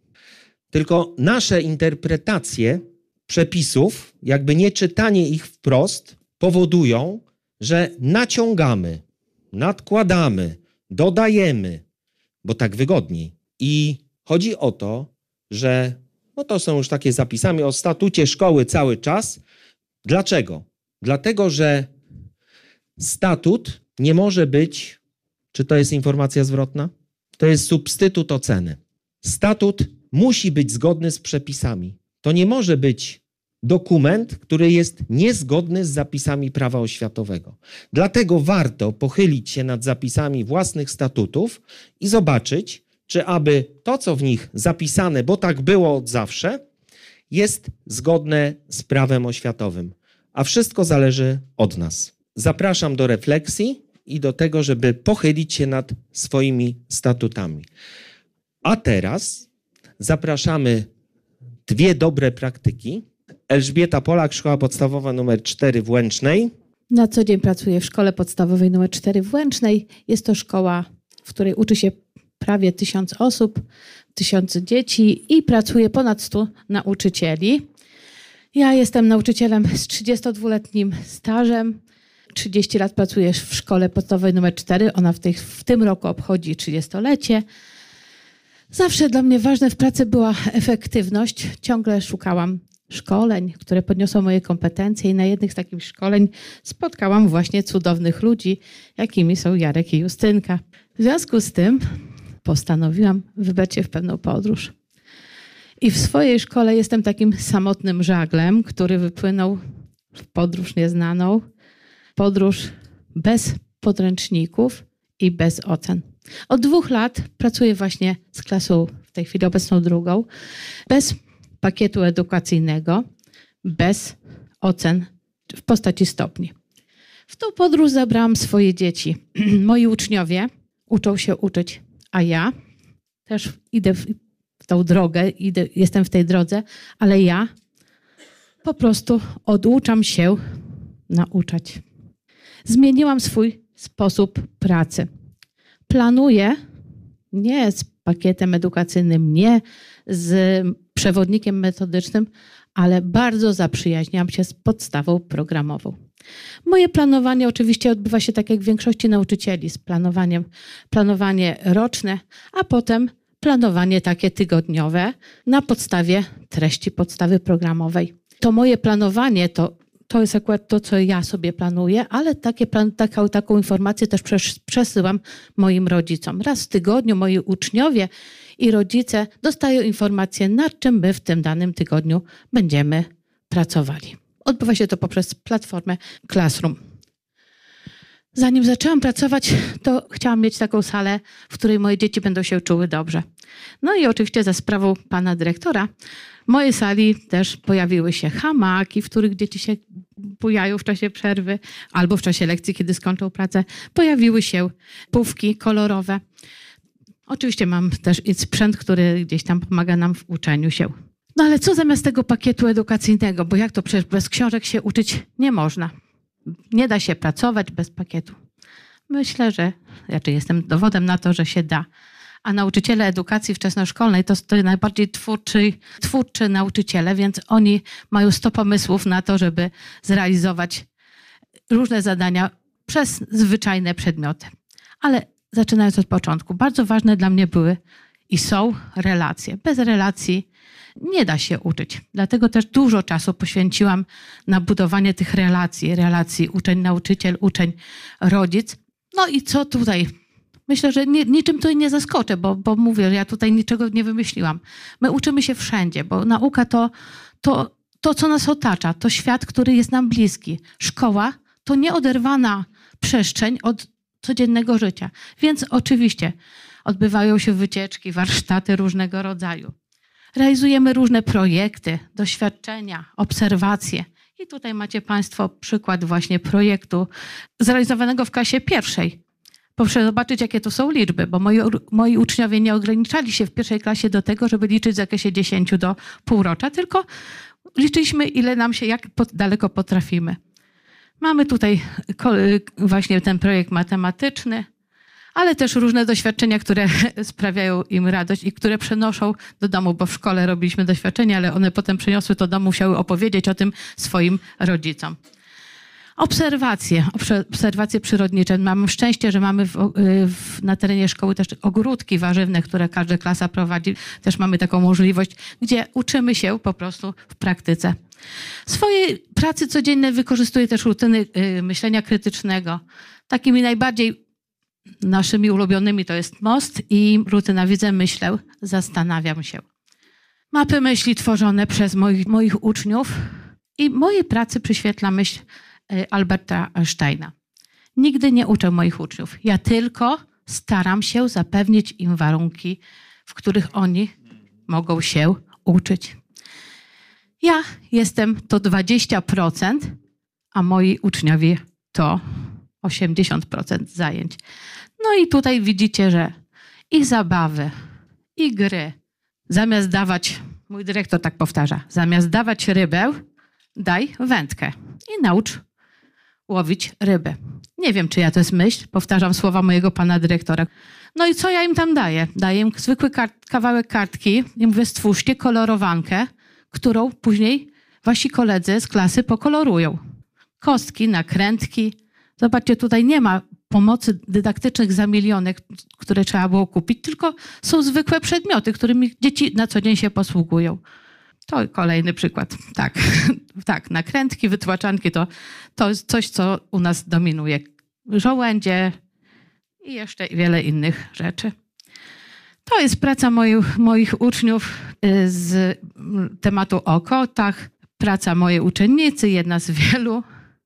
Tylko nasze interpretacje przepisów, jakby nie czytanie ich wprost, powodują, że naciągamy, nadkładamy, dodajemy, bo tak wygodniej. I chodzi o to, że no to są już takie zapisami o statucie szkoły cały czas. Dlaczego? Dlatego, że Statut nie może być, czy to jest informacja zwrotna? To jest substytut oceny. Statut musi być zgodny z przepisami. To nie może być dokument, który jest niezgodny z zapisami prawa oświatowego. Dlatego warto pochylić się nad zapisami własnych statutów i zobaczyć, czy aby to, co w nich zapisane, bo tak było od zawsze, jest zgodne z prawem oświatowym. A wszystko zależy od nas. Zapraszam do refleksji i do tego, żeby pochylić się nad swoimi statutami. A teraz zapraszamy dwie dobre praktyki. Elżbieta Polak, Szkoła Podstawowa nr cztery w Łęcznej. Na co dzień pracuję w Szkole Podstawowej nr cztery w Łęcznej. Jest to szkoła, w której uczy się prawie tysiąc osób, tysiące dzieci i pracuje ponad stu nauczycieli. Ja jestem nauczycielem z trzydziestodwuletnim stażem. trzydzieści lat pracuję w Szkole Podstawowej nr cztery. Ona w, tej, w tym roku obchodzi trzydziestolecie. Zawsze dla mnie ważne w pracy była efektywność. Ciągle szukałam szkoleń, które podniosą moje kompetencje i na jednych z takich szkoleń spotkałam właśnie cudownych ludzi, jakimi są Jarek i Justynka. W związku z tym postanowiłam wybrać się w pewną podróż. I w swojej szkole jestem takim samotnym żaglem, który wypłynął w podróż nieznaną, podróż bez podręczników i bez ocen. Od dwóch lat pracuję właśnie z klasą, w tej chwili obecną drugą, bez pakietu edukacyjnego, bez ocen w postaci stopni. W tą podróż zabrałam swoje dzieci. Moi uczniowie uczą się uczyć, a ja też idę w tą drogę, idę, jestem w tej drodze, ale ja po prostu oduczam się nauczać. Zmieniłam swój sposób pracy. Planuję nie z pakietem edukacyjnym, nie z przewodnikiem metodycznym, ale bardzo zaprzyjaźniam się z podstawą programową. Moje planowanie oczywiście odbywa się tak jak w większości nauczycieli, z planowaniem, planowanie roczne, a potem planowanie takie tygodniowe na podstawie treści podstawy programowej. To moje planowanie to To jest akurat to, co ja sobie planuję, ale takie plan, taką, taką informację też przesyłam moim rodzicom. Raz w tygodniu moi uczniowie i rodzice dostają informację, nad czym my w tym danym tygodniu będziemy pracowali. Odbywa się to poprzez platformę Classroom. Zanim zaczęłam pracować, to chciałam mieć taką salę, w której moje dzieci będą się czuły dobrze. No i oczywiście za sprawą pana dyrektora w mojej sali też pojawiły się hamaki, w których dzieci się bujają w czasie przerwy albo w czasie lekcji, kiedy skończą pracę. Pojawiły się pufki kolorowe. Oczywiście mam też i sprzęt, który gdzieś tam pomaga nam w uczeniu się. No ale co zamiast tego pakietu edukacyjnego? Bo jak to przecież bez książek się uczyć nie można. Nie da się pracować bez pakietu. Myślę, że raczej jestem dowodem na to, że się da. A nauczyciele edukacji wczesnoszkolnej to, to najbardziej twórczy, twórczy nauczyciele, więc oni mają sto pomysłów na to, żeby zrealizować różne zadania przez zwyczajne przedmioty. Ale zaczynając od początku, bardzo ważne dla mnie były i są relacje. Bez relacji nie da się uczyć. Dlatego też dużo czasu poświęciłam na budowanie tych relacji, relacji uczeń-nauczyciel, uczeń-rodzic. No i co tutaj? Myślę, że nie, niczym tutaj nie zaskoczę, bo, bo mówię, że ja tutaj niczego nie wymyśliłam. My uczymy się wszędzie, bo nauka to, to, to, co nas otacza, to świat, który jest nam bliski. Szkoła to nieoderwana przestrzeń od codziennego życia. Więc oczywiście odbywają się wycieczki, warsztaty różnego rodzaju. Realizujemy różne projekty, doświadczenia, obserwacje. I tutaj macie Państwo przykład właśnie projektu zrealizowanego w klasie pierwszej. Proszę zobaczyć, jakie to są liczby, bo moi, moi uczniowie nie ograniczali się w pierwszej klasie do tego, żeby liczyć w zakresie dziesięciu do półrocza, tylko liczyliśmy, ile nam się, jak daleko potrafimy. Mamy tutaj właśnie ten projekt matematyczny, ale też różne doświadczenia, które sprawiają im radość i które przenoszą do domu, bo w szkole robiliśmy doświadczenia, ale one potem przeniosły to do domu, musiały opowiedzieć o tym swoim rodzicom. Obserwacje, obserwacje przyrodnicze. Mamy szczęście, że mamy w, w, na terenie szkoły też ogródki warzywne, które każda klasa prowadzi. Też mamy taką możliwość, gdzie uczymy się po prostu w praktyce. W swojej pracy codziennej wykorzystuję też rutyny y, myślenia krytycznego. Takimi najbardziej naszymi ulubionymi to jest most i rutyna widzę, myślę, zastanawiam się. Mapy myśli tworzone przez moich, moich uczniów i mojej pracy przyświetla myśl y, Alberta Einsteina. Nigdy nie uczę moich uczniów. Ja tylko staram się zapewnić im warunki, w których oni mogą się uczyć. Ja jestem to dwadzieścia procent, a moi uczniowie to osiemdziesiąt procent zajęć. No i tutaj widzicie, że i zabawy, i gry. Zamiast dawać, mój dyrektor tak powtarza, zamiast dawać rybę, daj wędkę i naucz łowić rybę. Nie wiem, czyja to jest myśl, powtarzam słowa mojego pana dyrektora. No i co ja im tam daję? Daję im zwykły kart, kawałek kartki i mówię, stwórzcie kolorowankę, którą później wasi koledzy z klasy pokolorują. Kostki, nakrętki. Zobaczcie, tutaj nie ma pomocy dydaktycznych za miliony, które trzeba było kupić, tylko są zwykłe przedmioty, którymi dzieci na co dzień się posługują. To kolejny przykład. Tak, tak, nakrętki, wytłaczanki to, to jest coś, co u nas dominuje. Żołędzie i jeszcze wiele innych rzeczy. To jest praca moich, moich uczniów z tematu o kotach. Praca mojej uczennicy, jedna z wielu.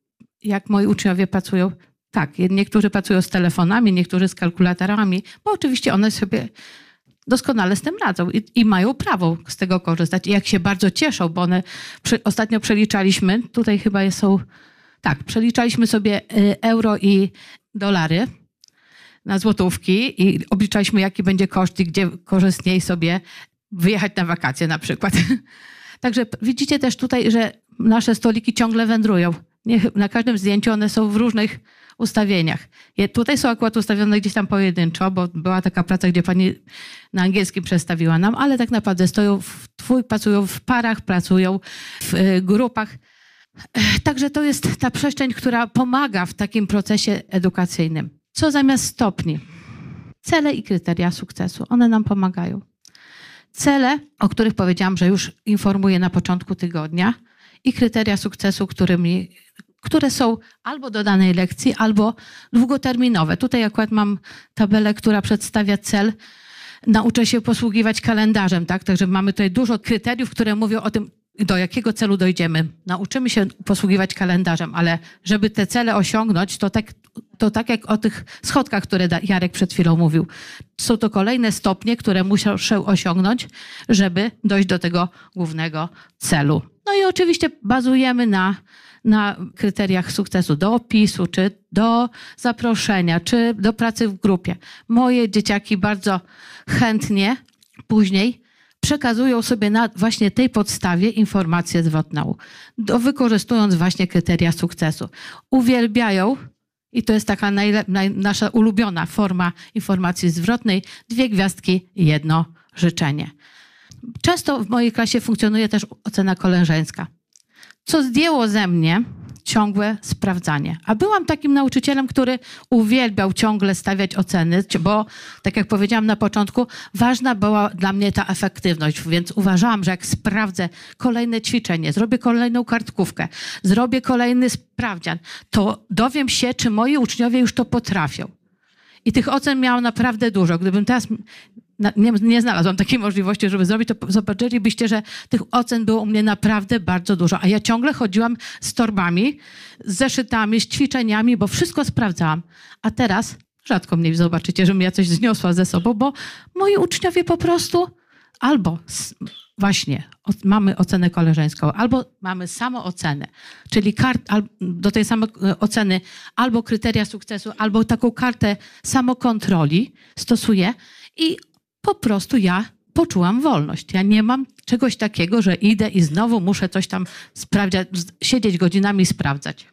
Jak moi uczniowie pracują? Tak, niektórzy pracują z telefonami, niektórzy z kalkulatorami, bo oczywiście one sobie doskonale z tym radzą i, i mają prawo z tego korzystać. I jak się bardzo cieszą, bo one przy, ostatnio przeliczaliśmy, tutaj chyba są, tak, przeliczaliśmy sobie euro i dolary na złotówki i obliczaliśmy, jaki będzie koszt i gdzie korzystniej sobie wyjechać na wakacje na przykład. Także widzicie też tutaj, że nasze stoliki ciągle wędrują. Nie, na każdym zdjęciu one są w różnych ustawieniach. Je, tutaj są akurat ustawione gdzieś tam pojedynczo, bo była taka praca, gdzie pani na angielskim przedstawiła nam, ale tak naprawdę stoją w twój, pracują w parach, pracują w y, grupach. Także to jest ta przestrzeń, która pomaga w takim procesie edukacyjnym. Co zamiast stopni? Cele i kryteria sukcesu. One nam pomagają. Cele, o których powiedziałam, że już informuję na początku tygodnia i kryteria sukcesu, którymi, które są albo do danej lekcji, albo długoterminowe. Tutaj akurat mam tabelę, która przedstawia cel. Nauczę się posługiwać kalendarzem, tak? Także mamy tutaj dużo kryteriów, które mówią o tym, do jakiego celu dojdziemy. Nauczymy się posługiwać kalendarzem, ale żeby te cele osiągnąć, to tak, to tak jak o tych schodkach, które Jarek przed chwilą mówił. Są to kolejne stopnie, które muszę osiągnąć, żeby dojść do tego głównego celu. No i oczywiście bazujemy na, na kryteriach sukcesu, do opisu, czy do zaproszenia, czy do pracy w grupie. Moje dzieciaki bardzo chętnie później przekazują sobie na właśnie tej podstawie informację zwrotną, do, wykorzystując właśnie kryteria sukcesu. Uwielbiają, i to jest taka najle, naj, nasza ulubiona forma informacji zwrotnej, dwie gwiazdki i jedno życzenie. Często w mojej klasie funkcjonuje też ocena koleżeńska, co zdjęło ze mnie ciągłe sprawdzanie. A byłam takim nauczycielem, który uwielbiał ciągle stawiać oceny, bo tak jak powiedziałam na początku, ważna była dla mnie ta efektywność, więc uważałam, że jak sprawdzę kolejne ćwiczenie, zrobię kolejną kartkówkę, zrobię kolejny sprawdzian, to dowiem się, czy moi uczniowie już to potrafią. I tych ocen miałam naprawdę dużo. Gdybym teraz nie, nie znalazłam takiej możliwości, żeby zrobić, to zobaczylibyście, że tych ocen było u mnie naprawdę bardzo dużo. A ja ciągle chodziłam z torbami, z zeszytami, z ćwiczeniami, bo wszystko sprawdzałam. A teraz rzadko mnie zobaczycie, żebym ja coś zniosła ze sobą, bo moi uczniowie po prostu albo właśnie mamy ocenę koleżeńską, albo mamy samoocenę, czyli kart, do tej samej oceny albo kryteria sukcesu, albo taką kartę samokontroli stosuję i po prostu ja poczułam wolność. Ja nie mam czegoś takiego, że idę i znowu muszę coś tam sprawdzać, siedzieć godzinami i sprawdzać.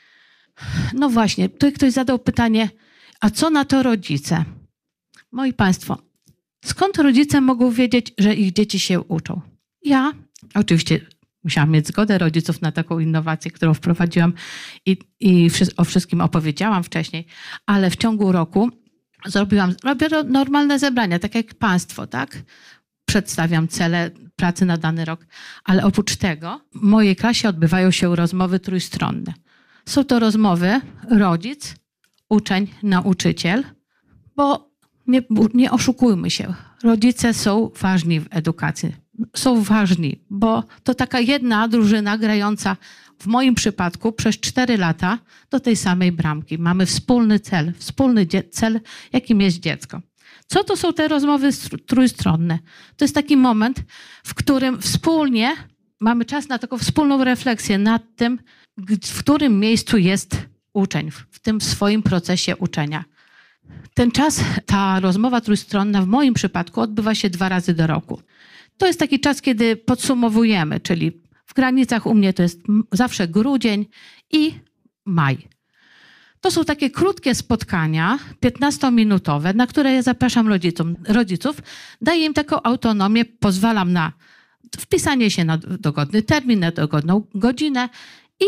No właśnie, tutaj ktoś zadał pytanie, a co na to rodzice? Moi Państwo, skąd rodzice mogą wiedzieć, że ich dzieci się uczą? Ja oczywiście musiałam mieć zgodę rodziców na taką innowację, którą wprowadziłam i, i o wszystkim opowiedziałam wcześniej, ale w ciągu roku zrobiłam, robię normalne zebrania, tak jak Państwo, tak? Przedstawiam cele pracy na dany rok. Ale oprócz tego w mojej klasie odbywają się rozmowy trójstronne. Są to rozmowy rodzic, uczeń, nauczyciel, bo nie, nie oszukujmy się, rodzice są ważni w edukacji. Są ważni, bo to taka jedna drużyna grająca w moim przypadku przez cztery lata do tej samej bramki. Mamy wspólny cel, wspólny cel, jakim jest dziecko. Co to są te rozmowy trójstronne? To jest taki moment, w którym wspólnie mamy czas na taką wspólną refleksję nad tym, w którym miejscu jest uczeń w tym swoim procesie uczenia. Ten czas, ta rozmowa trójstronna w moim przypadku odbywa się dwa razy do roku. To jest taki czas, kiedy podsumowujemy, czyli w granicach u mnie to jest zawsze grudzień i maj. To są takie krótkie spotkania, piętnastominutowe, na które ja zapraszam rodzicom, rodziców, daję im taką autonomię, pozwalam na wpisanie się na dogodny termin, na dogodną godzinę i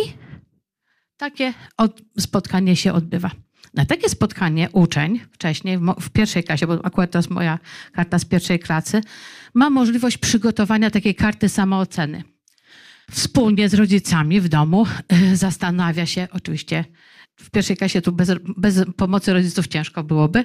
takie od, spotkanie się odbywa. Na takie spotkanie uczeń wcześniej, w, w pierwszej klasie, bo akurat to jest moja karta z pierwszej klasy, ma możliwość przygotowania takiej karty samooceny. Wspólnie z rodzicami w domu y, zastanawia się, oczywiście w pierwszej klasie tu bez, bez pomocy rodziców ciężko byłoby,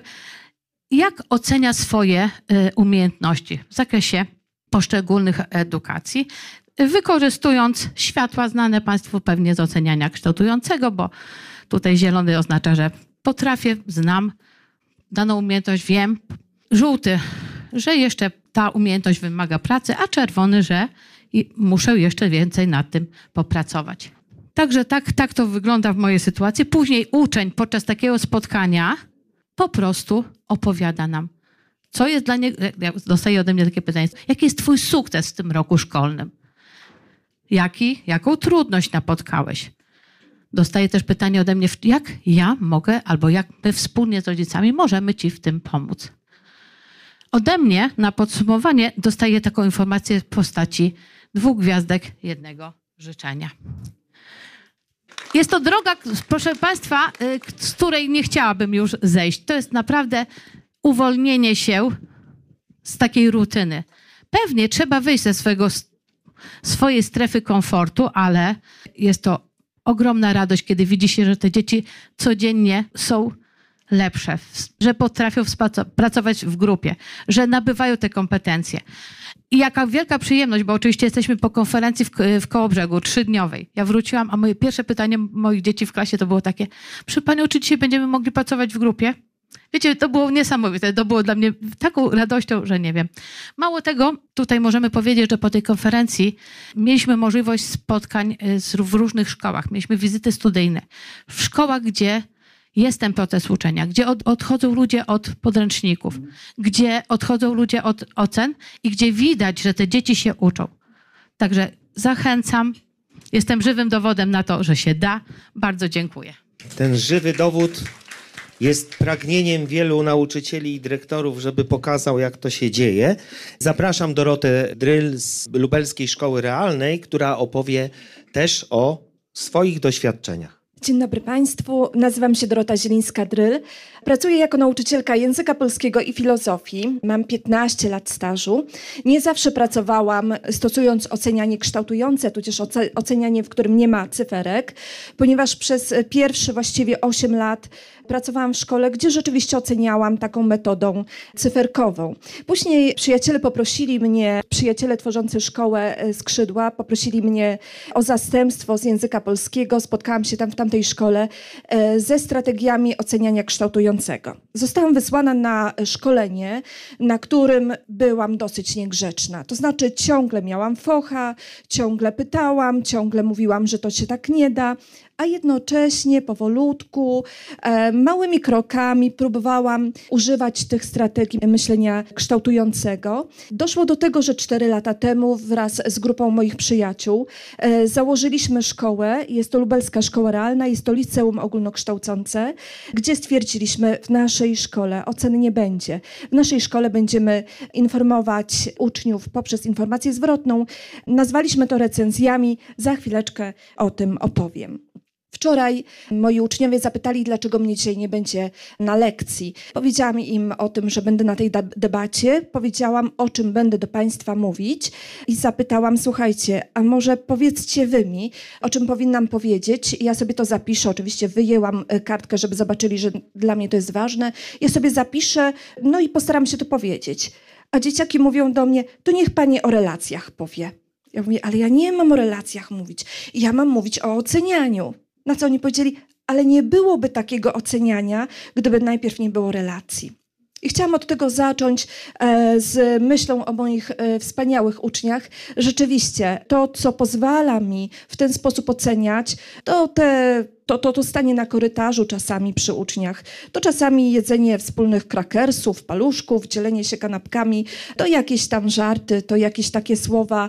jak ocenia swoje y, umiejętności w zakresie poszczególnych edukacji, wykorzystując światła znane Państwu pewnie z oceniania kształtującego, bo tutaj zielony oznacza, że potrafię, znam daną umiejętność, wiem. Żółty, że jeszcze ta umiejętność wymaga pracy, a czerwony, że muszę jeszcze więcej nad tym popracować. Także tak, tak to wygląda w mojej sytuacji. Później uczeń podczas takiego spotkania po prostu opowiada nam, co jest dla niego, dostaje ode mnie takie pytanie, jaki jest twój sukces w tym roku szkolnym? Jaki, jaką trudność napotkałeś? Dostaję też pytanie ode mnie, jak ja mogę, albo jak my wspólnie z rodzicami możemy ci w tym pomóc. Ode mnie na podsumowanie dostaję taką informację w postaci dwóch gwiazdek, jednego życzenia. Jest to droga, proszę Państwa, z której nie chciałabym już zejść. To jest naprawdę uwolnienie się z takiej rutyny. Pewnie trzeba wyjść ze swojego, swojej strefy komfortu, ale jest to ogromna radość, kiedy widzi się, że te dzieci codziennie są lepsze, że potrafią pracować w grupie, że nabywają te kompetencje. I jaka wielka przyjemność, bo oczywiście jesteśmy po konferencji w, w Kołobrzegu, trzydniowej. Ja wróciłam, a moje pierwsze pytanie moich dzieci w klasie to było takie: proszę Panią, czy dzisiaj będziemy mogli pracować w grupie? Wiecie, to było niesamowite, to było dla mnie taką radością, że nie wiem. Mało tego, tutaj możemy powiedzieć, że po tej konferencji mieliśmy możliwość spotkań w różnych szkołach. Mieliśmy wizyty studyjne w szkołach, gdzie jest ten proces uczenia, gdzie od, odchodzą ludzie od podręczników, gdzie odchodzą ludzie od ocen i gdzie widać, że te dzieci się uczą. Także zachęcam, jestem żywym dowodem na to, że się da. Bardzo dziękuję. Ten żywy dowód jest pragnieniem wielu nauczycieli i dyrektorów, żeby pokazał, jak to się dzieje. Zapraszam Dorotę Dryl z Lubelskiej Szkoły Realnej, która opowie też o swoich doświadczeniach. Dzień dobry Państwu, nazywam się Dorota Zielińska-Dryl. Pracuję jako nauczycielka języka polskiego i filozofii. Mam piętnaście lat stażu. Nie zawsze pracowałam stosując ocenianie kształtujące, tudzież ocenianie, w którym nie ma cyferek, ponieważ przez pierwsze właściwie osiem lat pracowałam w szkole, gdzie rzeczywiście oceniałam taką metodą cyferkową. Później przyjaciele poprosili mnie, przyjaciele tworzący szkołę Skrzydła, poprosili mnie o zastępstwo z języka polskiego. Spotkałam się tam w tamtej szkole ze strategiami oceniania kształtującego. Zostałam wysłana na szkolenie, na którym byłam dosyć niegrzeczna. To znaczy ciągle miałam focha, ciągle pytałam, ciągle mówiłam, że to się tak nie da, a jednocześnie powolutku, e, małymi krokami próbowałam używać tych strategii myślenia kształtującego. Doszło do tego, że cztery lata temu wraz z grupą moich przyjaciół e, założyliśmy szkołę. Jest to Lubelska Szkoła Realna, jest to liceum ogólnokształcące, gdzie stwierdziliśmy, w naszej szkole oceny nie będzie. W naszej szkole będziemy informować uczniów poprzez informację zwrotną. Nazwaliśmy to recenzjami. Za chwileczkę o tym opowiem. Wczoraj moi uczniowie zapytali, dlaczego mnie dzisiaj nie będzie na lekcji. Powiedziałam im o tym, że będę na tej debacie, powiedziałam, o czym będę do Państwa mówić i zapytałam, słuchajcie, a może powiedzcie wy mi, o czym powinnam powiedzieć. Ja sobie to zapiszę, oczywiście wyjęłam kartkę, żeby zobaczyli, że dla mnie to jest ważne. Ja sobie zapiszę, no i postaram się to powiedzieć. A dzieciaki mówią do mnie, to niech Pani o relacjach powie. Ja mówię, ale ja nie mam o relacjach mówić, ja mam mówić o ocenianiu. Na co oni powiedzieli, ale nie byłoby takiego oceniania, gdyby najpierw nie było relacji. I chciałam od tego zacząć e, z myślą o moich e, wspaniałych uczniach. Rzeczywiście to, co pozwala mi w ten sposób oceniać, to te... To, to, to stanie na korytarzu czasami przy uczniach, to czasami jedzenie wspólnych krakersów, paluszków, dzielenie się kanapkami, to jakieś tam żarty, to jakieś takie słowa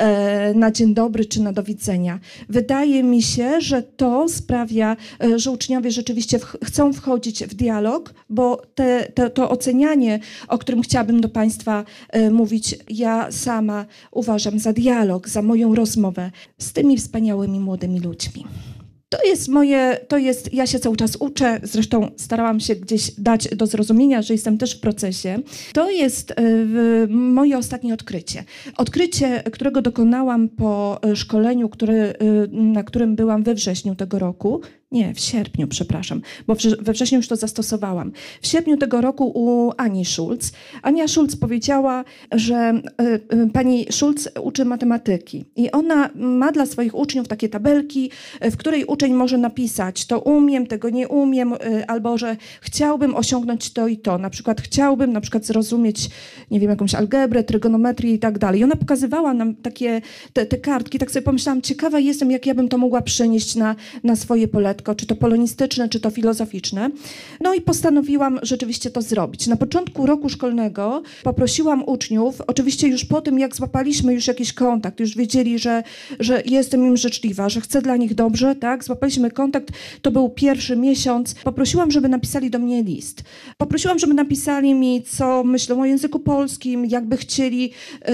e, na dzień dobry czy na do widzenia. Wydaje mi się, że to sprawia, e, że uczniowie rzeczywiście w, chcą wchodzić w dialog, bo te, te, to ocenianie, o którym chciałabym do Państwa e, mówić, ja sama uważam za dialog, za moją rozmowę z tymi wspaniałymi młodymi ludźmi. To jest moje, to jest, ja się cały czas uczę, zresztą starałam się gdzieś dać do zrozumienia, że jestem też w procesie. To jest y, moje ostatnie odkrycie. Odkrycie, którego dokonałam po szkoleniu, który, y, na którym byłam we wrześniu tego roku. Nie, w sierpniu, przepraszam, bo we wrześniu już to zastosowałam. W sierpniu tego roku u Ani Schulz. Ania Schulz powiedziała, że y, y, pani Schulz uczy matematyki i ona ma dla swoich uczniów takie tabelki, w której uczeń może napisać, to umiem, tego nie umiem, y, albo że chciałbym osiągnąć to i to. Na przykład chciałbym na przykład zrozumieć, nie wiem, jakąś algebrę, trygonometrię i tak dalej. I ona pokazywała nam takie te, te kartki, tak sobie pomyślałam, ciekawa jestem, jak ja bym to mogła przenieść na, na swoje poletko, czy to polonistyczne, czy to filozoficzne. No i postanowiłam rzeczywiście to zrobić. Na początku roku szkolnego poprosiłam uczniów, oczywiście już po tym, jak złapaliśmy już jakiś kontakt, już wiedzieli, że, że jestem im życzliwa, że chcę dla nich dobrze, tak? Złapaliśmy kontakt, to był pierwszy miesiąc. Poprosiłam, żeby napisali do mnie list. Poprosiłam, żeby napisali mi, co myślą o języku polskim, jakby chcieli,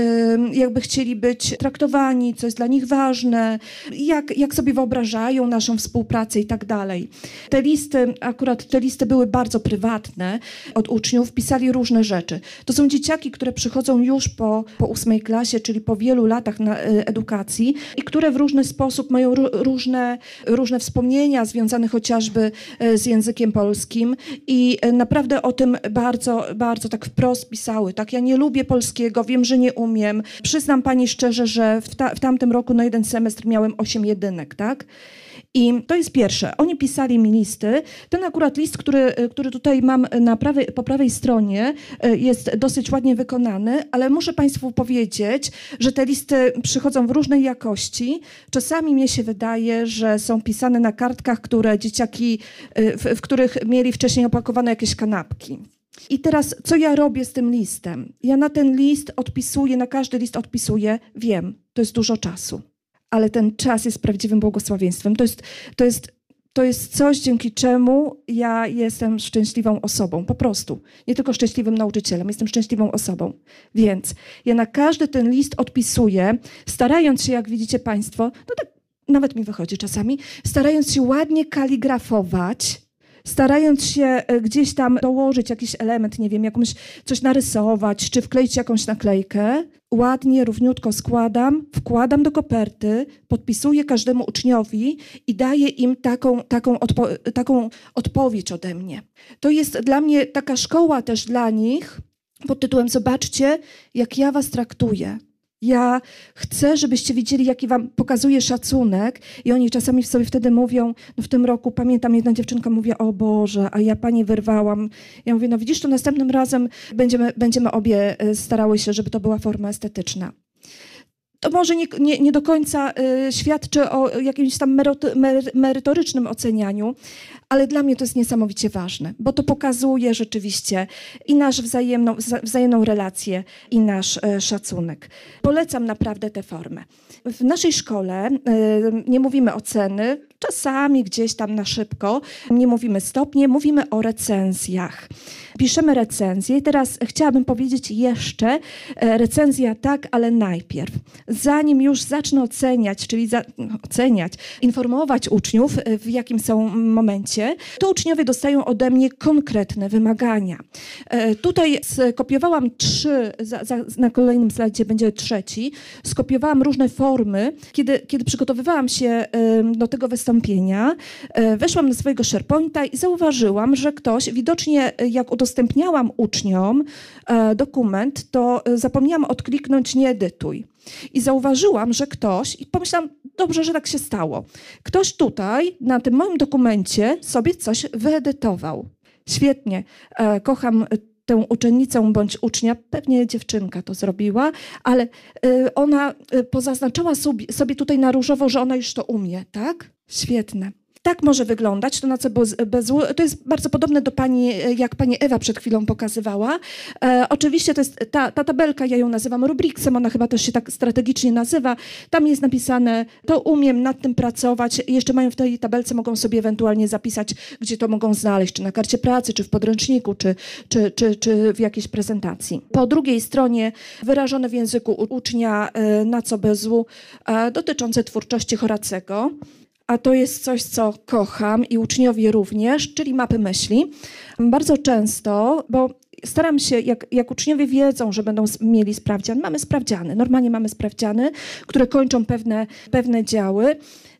jakby chcieli być traktowani, co jest dla nich ważne, jak, jak sobie wyobrażają naszą współpracę i tak dalej. Te listy, akurat te listy były bardzo prywatne od uczniów, pisali różne rzeczy. To są dzieciaki, które przychodzą już po, po ósmej klasie, czyli po wielu latach na, y, edukacji i które w różny sposób mają r- różne, różne wspomnienia związane chociażby y, z językiem polskim i y, naprawdę o tym bardzo, bardzo tak wprost pisały. Tak, ja nie lubię polskiego, wiem, że nie umiem. Przyznam pani szczerze, że w, ta, w tamtym roku na jeden semestr miałem osiem jedynek, tak? I to jest pierwsze. Oni pisali mi listy. Ten akurat list, który, który tutaj mam na prawej, po prawej stronie, jest dosyć ładnie wykonany, ale muszę Państwu powiedzieć, że te listy przychodzą w różnej jakości. Czasami mnie się wydaje, że są pisane na kartkach, które dzieciaki, w, w których mieli wcześniej opakowane jakieś kanapki. I teraz, co ja robię z tym listem? Ja na ten list odpisuję, na każdy list odpisuję, wiem, to jest dużo czasu. Ale ten czas jest prawdziwym błogosławieństwem. To jest, to jest, to jest coś, dzięki czemu ja jestem szczęśliwą osobą. Po prostu. Nie tylko szczęśliwym nauczycielem, jestem szczęśliwą osobą. Więc ja na każdy ten list odpisuję, starając się, jak widzicie Państwo, no tak nawet mi wychodzi czasami, starając się ładnie kaligrafować, starając się gdzieś tam dołożyć jakiś element, nie wiem, jakąś coś narysować, czy wkleić jakąś naklejkę, ładnie, równiutko składam, wkładam do koperty, podpisuję każdemu uczniowi i daję im taką, taką, odpo- taką odpowiedź ode mnie. To jest dla mnie taka szkoła też dla nich pod tytułem zobaczcie, jak ja was traktuję. Ja chcę, żebyście widzieli, jaki wam pokazuje szacunek i oni czasami sobie wtedy mówią, no w tym roku pamiętam, jedna dziewczynka mówi, o Boże, a ja pani wyrwałam. Ja mówię, no widzisz, to następnym razem będziemy, będziemy obie starały się, żeby to była forma estetyczna. To może nie, nie, nie do końca y, świadczy o jakimś tam meroty, mer, merytorycznym ocenianiu, ale dla mnie to jest niesamowicie ważne, bo to pokazuje rzeczywiście i nasz wzajemną, wzajemną relację i nasz y, szacunek. Polecam naprawdę tę formę. W naszej szkole y, nie mówimy oceny, czasami gdzieś tam na szybko, nie mówimy stopnie, mówimy o recenzjach. Piszemy recenzję i teraz chciałabym powiedzieć jeszcze recenzja tak, ale najpierw. zanim już zacznę oceniać, czyli za, oceniać, informować uczniów, w jakim są momencie, to uczniowie dostają ode mnie konkretne wymagania. Tutaj skopiowałam trzy, za, za, na kolejnym slajdzie będzie trzeci, skopiowałam różne formy. Kiedy, kiedy przygotowywałam się do tego wystąpienia, weszłam na swojego SharePointa i zauważyłam, że ktoś, widocznie jak udostępniałam uczniom dokument, to zapomniałam odkliknąć nie edytuj. I zauważyłam, że ktoś, i pomyślałam, dobrze, że tak się stało, ktoś tutaj na tym moim dokumencie sobie coś wyedytował. Świetnie, kocham tę uczennicę bądź ucznia, pewnie dziewczynka to zrobiła, ale ona pozaznaczała sobie, sobie tutaj na różowo, że ona już to umie, tak? Świetne. Tak może wyglądać, to na co bez, bez, to jest bardzo podobne do pani, jak pani Ewa przed chwilą pokazywała. E, oczywiście to jest ta, ta tabelka, ja ją nazywam rubriksem, ona chyba też się tak strategicznie nazywa. Tam jest napisane, to umiem, nad tym pracować. Jeszcze mają w tej tabelce, mogą sobie ewentualnie zapisać, gdzie to mogą znaleźć, czy na karcie pracy, czy w podręczniku, czy, czy, czy, czy w jakiejś prezentacji. Po drugiej stronie wyrażone w języku ucznia, e, na co bezu, e, dotyczące twórczości Horacego. A to jest coś, co kocham i uczniowie również, czyli mapy myśli. Bardzo często, bo staram się, jak, jak uczniowie wiedzą, że będą mieli sprawdzian, mamy sprawdziany, normalnie mamy sprawdziany, które kończą pewne, pewne działy.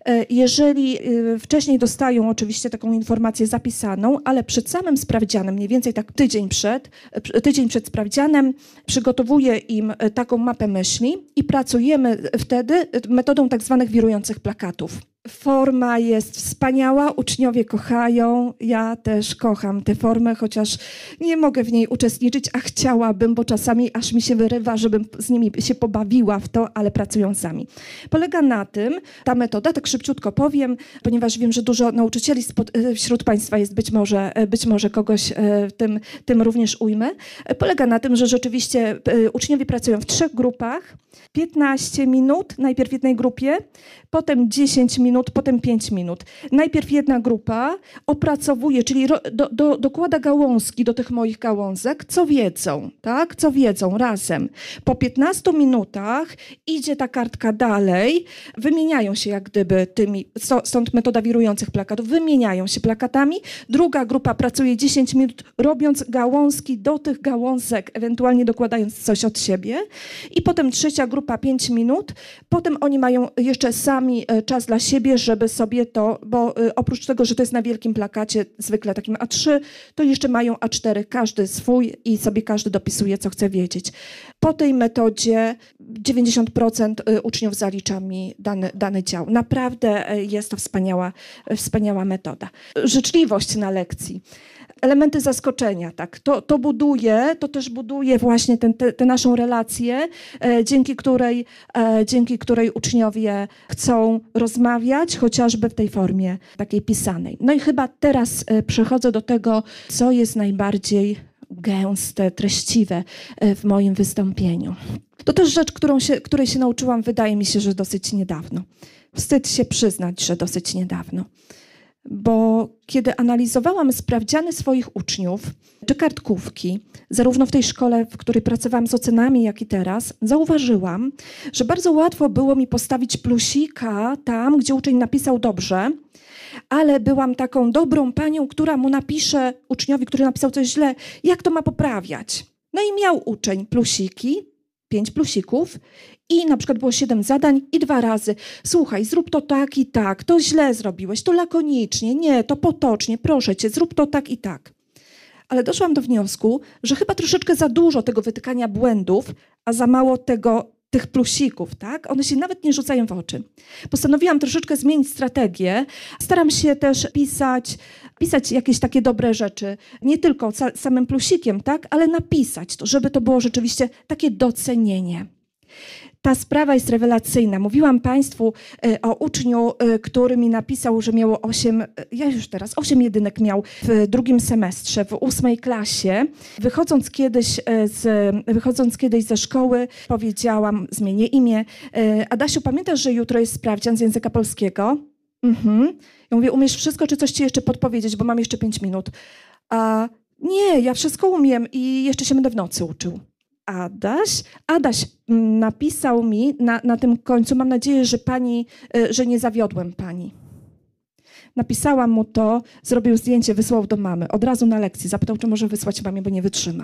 Jeżeli wcześniej dostają oczywiście taką informację zapisaną, ale przed samym sprawdzianem, mniej więcej tak tydzień przed, tydzień przed sprawdzianem, przygotowuję im taką mapę myśli i pracujemy wtedy metodą tak zwanych wirujących plakatów. Forma jest wspaniała, uczniowie kochają, ja też kocham tę formę, chociaż nie mogę w niej uczestniczyć, a chciałabym, bo czasami aż mi się wyrywa, żebym z nimi się pobawiła w to, ale pracują sami. Polega na tym, ta metoda, tak szybciutko powiem, ponieważ wiem, że dużo nauczycieli spod, wśród Państwa jest, być może, być może kogoś tym, tym również ujmę. Polega na tym, że rzeczywiście uczniowie pracują w trzech grupach, piętnaście minut, najpierw w jednej grupie, potem dziesięć minut, potem pięć minut. Najpierw jedna grupa opracowuje, czyli ro, do, do, dokłada gałązki do tych moich gałązek, co wiedzą, tak? Co wiedzą razem. Po piętnastu minutach idzie ta kartka dalej, wymieniają się jak gdyby tymi, stąd metoda wirujących plakatów, wymieniają się plakatami. Druga grupa pracuje dziesięć minut, robiąc gałązki do tych gałązek, ewentualnie dokładając coś od siebie. I potem trzecia grupa pięć minut. Potem oni mają jeszcze sami czas dla siebie, żeby sobie to, bo oprócz tego, że to jest na wielkim plakacie, zwykle takim A trzy, to jeszcze mają A cztery, każdy swój i sobie każdy dopisuje, co chce wiedzieć. Po tej metodzie dziewięćdziesiąt procent uczniów zalicza mi dany, dany dział. Naprawdę jest to wspaniała, wspaniała metoda. Życzliwość na lekcji. Elementy zaskoczenia, tak. To, to buduje, to też buduje właśnie tę naszą relację, e, dzięki której, e, dzięki której uczniowie chcą rozmawiać, chociażby w tej formie takiej pisanej. No i chyba teraz e, przechodzę do tego, co jest najbardziej gęste, treściwe e, w moim wystąpieniu. To też rzecz, którą się, której się nauczyłam, wydaje mi się, że dosyć niedawno. Wstyd się przyznać, że dosyć niedawno. Bo kiedy analizowałam sprawdziany swoich uczniów, czy kartkówki, zarówno w tej szkole, w której pracowałam z ocenami, jak i teraz, zauważyłam, że bardzo łatwo było mi postawić plusika tam, gdzie uczeń napisał dobrze, ale byłam taką dobrą panią, która mu napisze, uczniowi, który napisał coś źle, jak to ma poprawiać. No i miał uczeń plusiki, pięć plusików i na przykład było siedem zadań i dwa razy. Słuchaj, zrób to tak i tak, to źle zrobiłeś, to lakonicznie, nie, to potocznie, proszę cię, zrób to tak i tak. Ale doszłam do wniosku, że chyba troszeczkę za dużo tego wytykania błędów, a za mało tego, tych plusików, tak? One się nawet nie rzucają w oczy. Postanowiłam troszeczkę zmienić strategię. Staram się też pisać, pisać jakieś takie dobre rzeczy, nie tylko samym plusikiem, tak? Ale napisać to, żeby to było rzeczywiście takie docenienie. Ta sprawa jest rewelacyjna. Mówiłam Państwu o uczniu, który mi napisał, że miało osiem, ja już teraz, osiem jedynek miał w drugim semestrze, w ósmej klasie. Wychodząc kiedyś, z, wychodząc kiedyś ze szkoły, powiedziałam, zmienię imię. Adasiu, pamiętasz, że jutro jest sprawdzian z języka polskiego? Mhm. Ja mówię, umiesz wszystko, czy coś ci jeszcze podpowiedzieć, bo mam jeszcze pięć minut. A nie, ja wszystko umiem i jeszcze się będę w nocy uczył. Adaś. Adaś napisał mi na, na tym końcu, mam nadzieję, że pani, że nie zawiodłem pani. Napisałam mu to, zrobił zdjęcie, wysłał do mamy. Od razu na lekcji zapytał, czy może wysłać mamie, bo nie wytrzyma.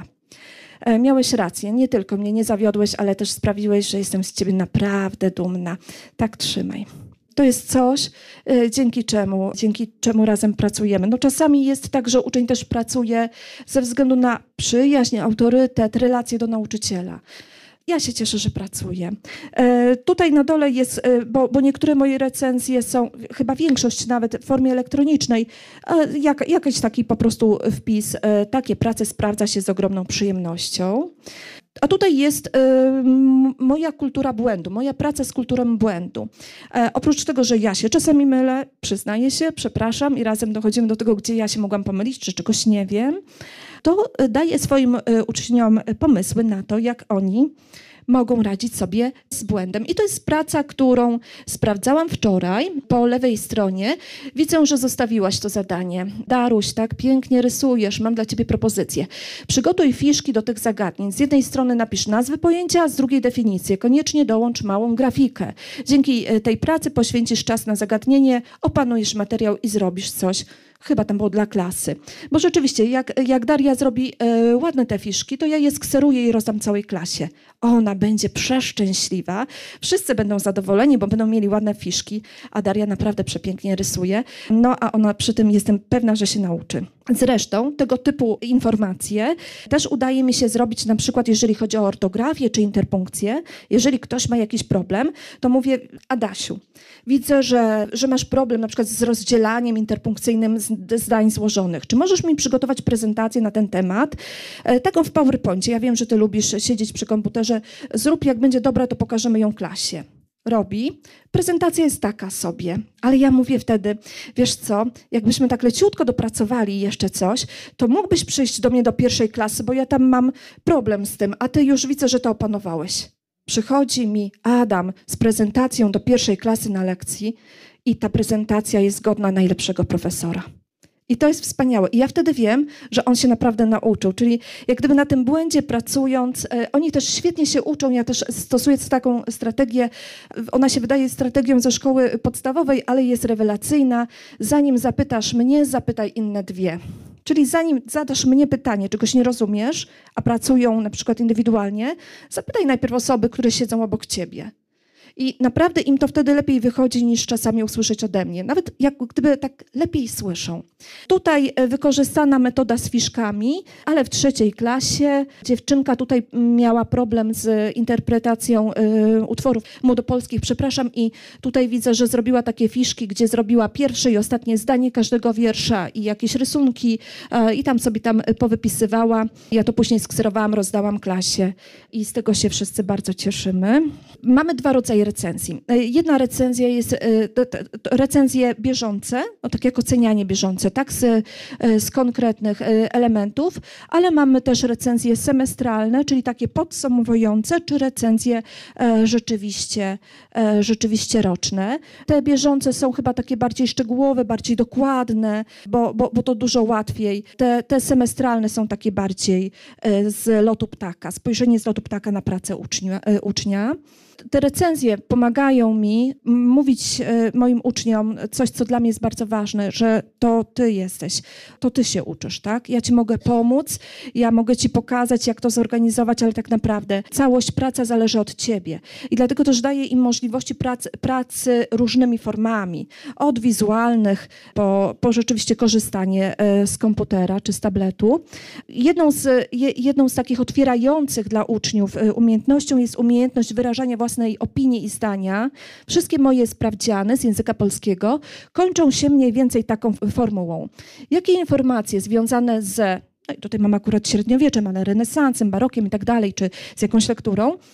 E, miałeś rację, nie tylko mnie nie zawiodłeś, ale też sprawiłeś, że jestem z ciebie naprawdę dumna. Tak trzymaj. To jest coś, e, dzięki czemu, dzięki czemu razem pracujemy. No czasami jest tak, że uczeń też pracuje ze względu na przyjaźń, autorytet, relacje do nauczyciela. Ja się cieszę, że pracuję. E, tutaj na dole jest, e, bo, bo niektóre moje recenzje są, chyba większość nawet w formie elektronicznej, e, jak, jakiś taki po prostu wpis, e, takie prace sprawdza się z ogromną przyjemnością. A tutaj jest e, moja kultura błędu, moja praca z kulturą błędu. E, oprócz tego, że ja się czasami mylę, przyznaję się, przepraszam i razem dochodzimy do tego, gdzie ja się mogłam pomylić, czy czegoś nie wiem, to daję swoim e, uczniom pomysły na to, jak oni mogą radzić sobie z błędem. I to jest praca, którą sprawdzałam wczoraj po lewej stronie. Widzę, że zostawiłaś to zadanie. Daruś, tak pięknie rysujesz, mam dla ciebie propozycję. Przygotuj fiszki do tych zagadnień. Z jednej strony napisz nazwy pojęcia, a z drugiej definicję. Koniecznie dołącz małą grafikę. Dzięki tej pracy poświęcisz czas na zagadnienie, opanujesz materiał i zrobisz coś. Chyba tam było dla klasy. Bo rzeczywiście, jak, jak Daria zrobi e, ładne te fiszki, to ja je skseruję i rozdam całej klasie. Ona będzie przeszczęśliwa. Wszyscy będą zadowoleni, bo będą mieli ładne fiszki, a Daria naprawdę przepięknie rysuje. No, a ona przy tym jestem pewna, że się nauczy. Zresztą tego typu informacje też udaje mi się zrobić na przykład, jeżeli chodzi o ortografię czy interpunkcję. Jeżeli ktoś ma jakiś problem, to mówię, Adasiu, widzę, że, że masz problem na przykład z rozdzielaniem interpunkcyjnym zdań złożonych. Czy możesz mi przygotować prezentację na ten temat? E, taką w PowerPoincie. Ja wiem, że ty lubisz siedzieć przy komputerze. Zrób, jak będzie dobra, to pokażemy ją klasie. Robi. Prezentacja jest taka sobie, ale ja mówię wtedy, wiesz co, jakbyśmy tak leciutko dopracowali jeszcze coś, to mógłbyś przyjść do mnie do pierwszej klasy, bo ja tam mam problem z tym, a ty już widzę, że to opanowałeś. Przychodzi mi Adam z prezentacją do pierwszej klasy na lekcji i ta prezentacja jest godna najlepszego profesora. I to jest wspaniałe. I ja wtedy wiem, że on się naprawdę nauczył. Czyli jak gdyby na tym błędzie pracując, e, oni też świetnie się uczą. Ja też stosuję taką strategię, ona się wydaje strategią ze szkoły podstawowej, ale jest rewelacyjna. Zanim zapytasz mnie, zapytaj inne dwie. Czyli zanim zadasz mnie pytanie, czegoś nie rozumiesz, a pracują na przykład indywidualnie, zapytaj najpierw osoby, które siedzą obok ciebie. I naprawdę im to wtedy lepiej wychodzi niż czasami usłyszeć ode mnie. Nawet jak gdyby tak lepiej słyszą. Tutaj wykorzystana metoda z fiszkami, ale w trzeciej klasie dziewczynka tutaj miała problem z interpretacją y, utworów młodopolskich, przepraszam, i tutaj widzę, że zrobiła takie fiszki, gdzie zrobiła pierwsze i ostatnie zdanie każdego wiersza i jakieś rysunki y, i tam sobie tam powypisywała. Ja to później skserowałam, rozdałam klasie i z tego się wszyscy bardzo cieszymy. Mamy dwa rodzaje recenzji. Jedna recenzja jest recenzje bieżące, no tak jak ocenianie bieżące, tak, z, z konkretnych elementów, ale mamy też recenzje semestralne, czyli takie podsumowujące, czy recenzje rzeczywiście, rzeczywiście roczne. Te bieżące są chyba takie bardziej szczegółowe, bardziej dokładne, bo, bo, bo to dużo łatwiej. Te, te semestralne są takie bardziej z lotu ptaka, spojrzenie z lotu ptaka na pracę ucznia. ucznia. Te recenzje pomagają mi mówić moim uczniom coś, co dla mnie jest bardzo ważne, że to ty jesteś, to ty się uczysz, tak? Ja ci mogę pomóc, ja mogę ci pokazać, jak to zorganizować, ale tak naprawdę całość praca zależy od ciebie. I dlatego też daję im możliwości pracy, pracy różnymi formami, od wizualnych po, po rzeczywiście korzystanie z komputera czy z tabletu. Jedną z, jedną z takich otwierających dla uczniów umiejętnością jest umiejętność wyrażania własnej opinii i zdania. Wszystkie moje sprawdziany z języka polskiego kończą się mniej więcej taką formułą. Jakie informacje związane z, no tutaj mam akurat średniowieczem, ale renesansem, barokiem i tak dalej, czy z jakąś lekturą,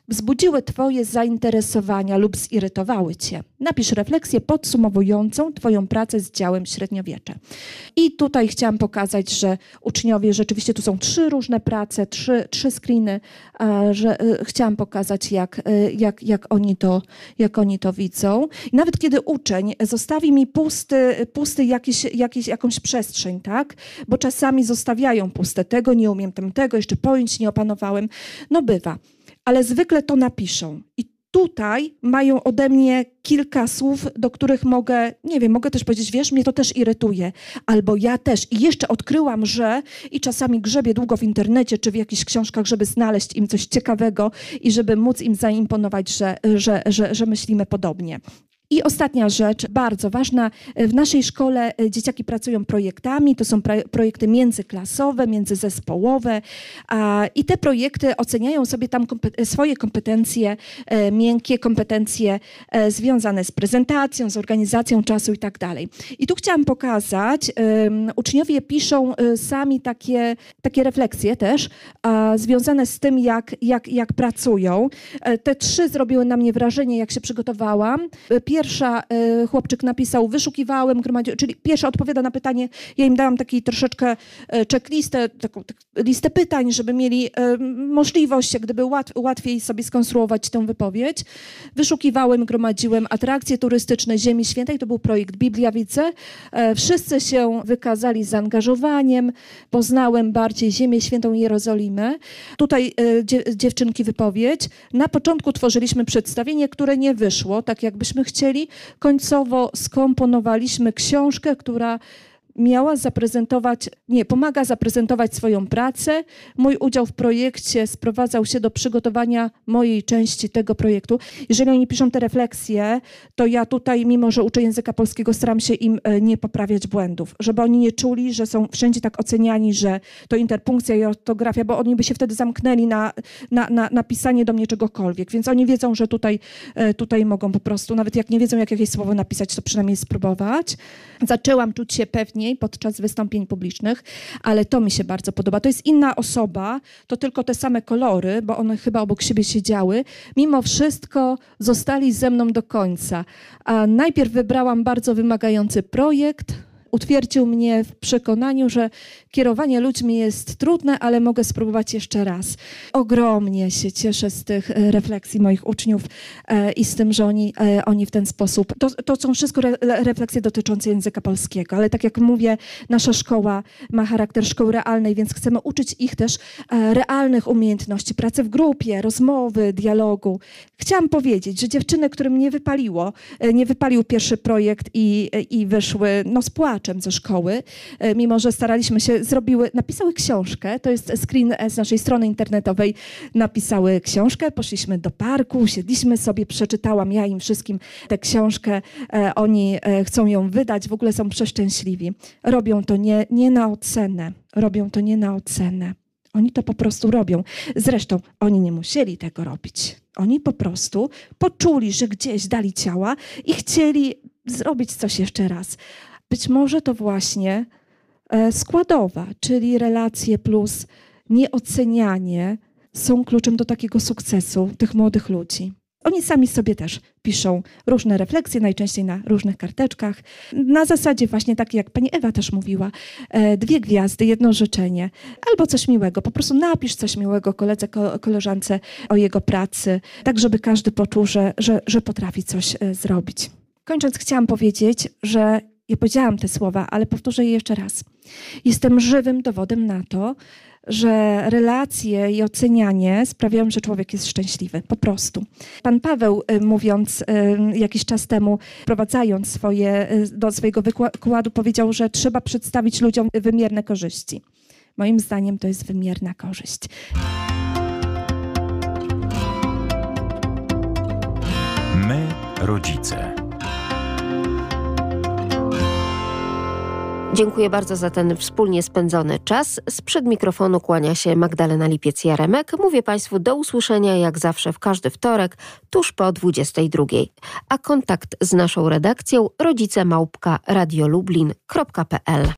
wzbudziły Twoje zainteresowania lub zirytowały Cię. Napisz refleksję podsumowującą Twoją pracę z działem średniowiecze. I tutaj chciałam pokazać, że uczniowie, rzeczywiście tu są trzy różne prace, trzy, trzy screeny, a, że y, chciałam pokazać, jak, y, jak, jak, oni to, jak oni to widzą. I nawet kiedy uczeń zostawi mi pusty, pusty jakiś, jakiś, jakąś przestrzeń, tak? Bo czasami zostawiają puste, tego nie umiem, tamtego, jeszcze pojęć nie opanowałem, no bywa. Ale zwykle to napiszą. I tutaj mają ode mnie kilka słów, do których mogę, nie wiem, mogę też powiedzieć, wiesz, mnie to też irytuje. Albo ja też. I jeszcze odkryłam, że i czasami grzebię długo w internecie czy w jakichś książkach, żeby znaleźć im coś ciekawego i żeby móc im zaimponować, że, że, że, że myślimy podobnie. I ostatnia rzecz, bardzo ważna, w naszej szkole dzieciaki pracują projektami, to są projekty międzyklasowe, międzyzespołowe a, i te projekty oceniają sobie tam kompet- swoje kompetencje e, miękkie, kompetencje e, związane z prezentacją, z organizacją czasu i tak dalej. I tu chciałam pokazać, e, uczniowie piszą e, sami takie, takie refleksje też a, związane z tym, jak, jak, jak pracują. E, te trzy zrobiły na mnie wrażenie, jak się przygotowałam. E, Pierwsza y, chłopczyk napisał, wyszukiwałem, gromadziłem, czyli pierwsza odpowiada na pytanie, ja im dałam taki troszeczkę y, checklistę, taką tak, listę pytań, żeby mieli y, możliwość, jak gdyby łat, łatwiej sobie skonstruować tę wypowiedź. Wyszukiwałem, gromadziłem atrakcje turystyczne Ziemi Świętej, to był projekt Biblia Widzę. Y, wszyscy się wykazali zaangażowaniem, poznałem bardziej Ziemię Świętą i Jerozolimę. Tutaj y, dzie, dziewczynki wypowiedź. Na początku tworzyliśmy przedstawienie, które nie wyszło, tak jakbyśmy chcieli. Końcowo skomponowaliśmy książkę, która miała zaprezentować, nie, pomaga zaprezentować swoją pracę. Mój udział w projekcie sprowadzał się do przygotowania mojej części tego projektu. Jeżeli oni piszą te refleksje, to ja tutaj, mimo że uczę języka polskiego, staram się im nie poprawiać błędów, żeby oni nie czuli, że są wszędzie tak oceniani, że to interpunkcja i ortografia, bo oni by się wtedy zamknęli na, na, na, na pisanie do mnie czegokolwiek. Więc oni wiedzą, że tutaj, tutaj mogą po prostu, nawet jak nie wiedzą, jak jakieś słowo napisać, to przynajmniej spróbować. Zaczęłam czuć się pewniej podczas wystąpień publicznych, ale to mi się bardzo podoba. To jest inna osoba, to tylko te same kolory, bo one chyba obok siebie siedziały. Mimo wszystko zostali ze mną do końca. A najpierw wybrałam bardzo wymagający projekt. Utwierdził mnie w przekonaniu, że kierowanie ludźmi jest trudne, ale mogę spróbować jeszcze raz. Ogromnie się cieszę z tych refleksji moich uczniów e, i z tym, że oni, e, oni w ten sposób... To, to są wszystko re, refleksje dotyczące języka polskiego, ale tak jak mówię, nasza szkoła ma charakter szkoły realnej, więc chcemy uczyć ich też e, realnych umiejętności, pracy w grupie, rozmowy, dialogu. Chciałam powiedzieć, że dziewczyny, którym nie wypaliło, e, nie wypalił pierwszy projekt i, e, i wyszły no, z płaczem ze szkoły, mimo że staraliśmy się, zrobiły, napisały książkę, to jest screen z naszej strony internetowej, napisały książkę, poszliśmy do parku, siedliśmy sobie, przeczytałam ja im wszystkim tę książkę, e, oni e, chcą ją wydać, w ogóle są przeszczęśliwi. Robią to nie, nie na ocenę, robią to nie na ocenę. Oni to po prostu robią. Zresztą oni nie musieli tego robić. Oni po prostu poczuli, że gdzieś dali ciała i chcieli zrobić coś jeszcze raz. Być może to właśnie składowa, czyli relacje plus nieocenianie są kluczem do takiego sukcesu tych młodych ludzi. Oni sami sobie też piszą różne refleksje, najczęściej na różnych karteczkach. Na zasadzie właśnie takiej, jak pani Ewa też mówiła, dwie gwiazdy, jedno życzenie albo coś miłego. Po prostu napisz coś miłego koledze, koleżance o jego pracy, tak żeby każdy poczuł, że, że, że potrafi coś zrobić. Kończąc, chciałam powiedzieć, że ja powiedziałam te słowa, ale powtórzę je jeszcze raz. Jestem żywym dowodem na to, że relacje i ocenianie sprawiają, że człowiek jest szczęśliwy. Po prostu. Pan Paweł, mówiąc jakiś czas temu, wprowadzając swoje, do swojego wykładu, powiedział, że trzeba przedstawić ludziom wymierne korzyści. Moim zdaniem to jest wymierna korzyść. My, rodzice. Dziękuję bardzo za ten wspólnie spędzony czas. Sprzed mikrofonu kłania się Magdalena Lipiec-Jaremek. Mówię Państwu do usłyszenia jak zawsze w każdy wtorek, tuż po dwudziestej drugiej. A kontakt z naszą redakcją rodzice małpka radiolublin kropka p l.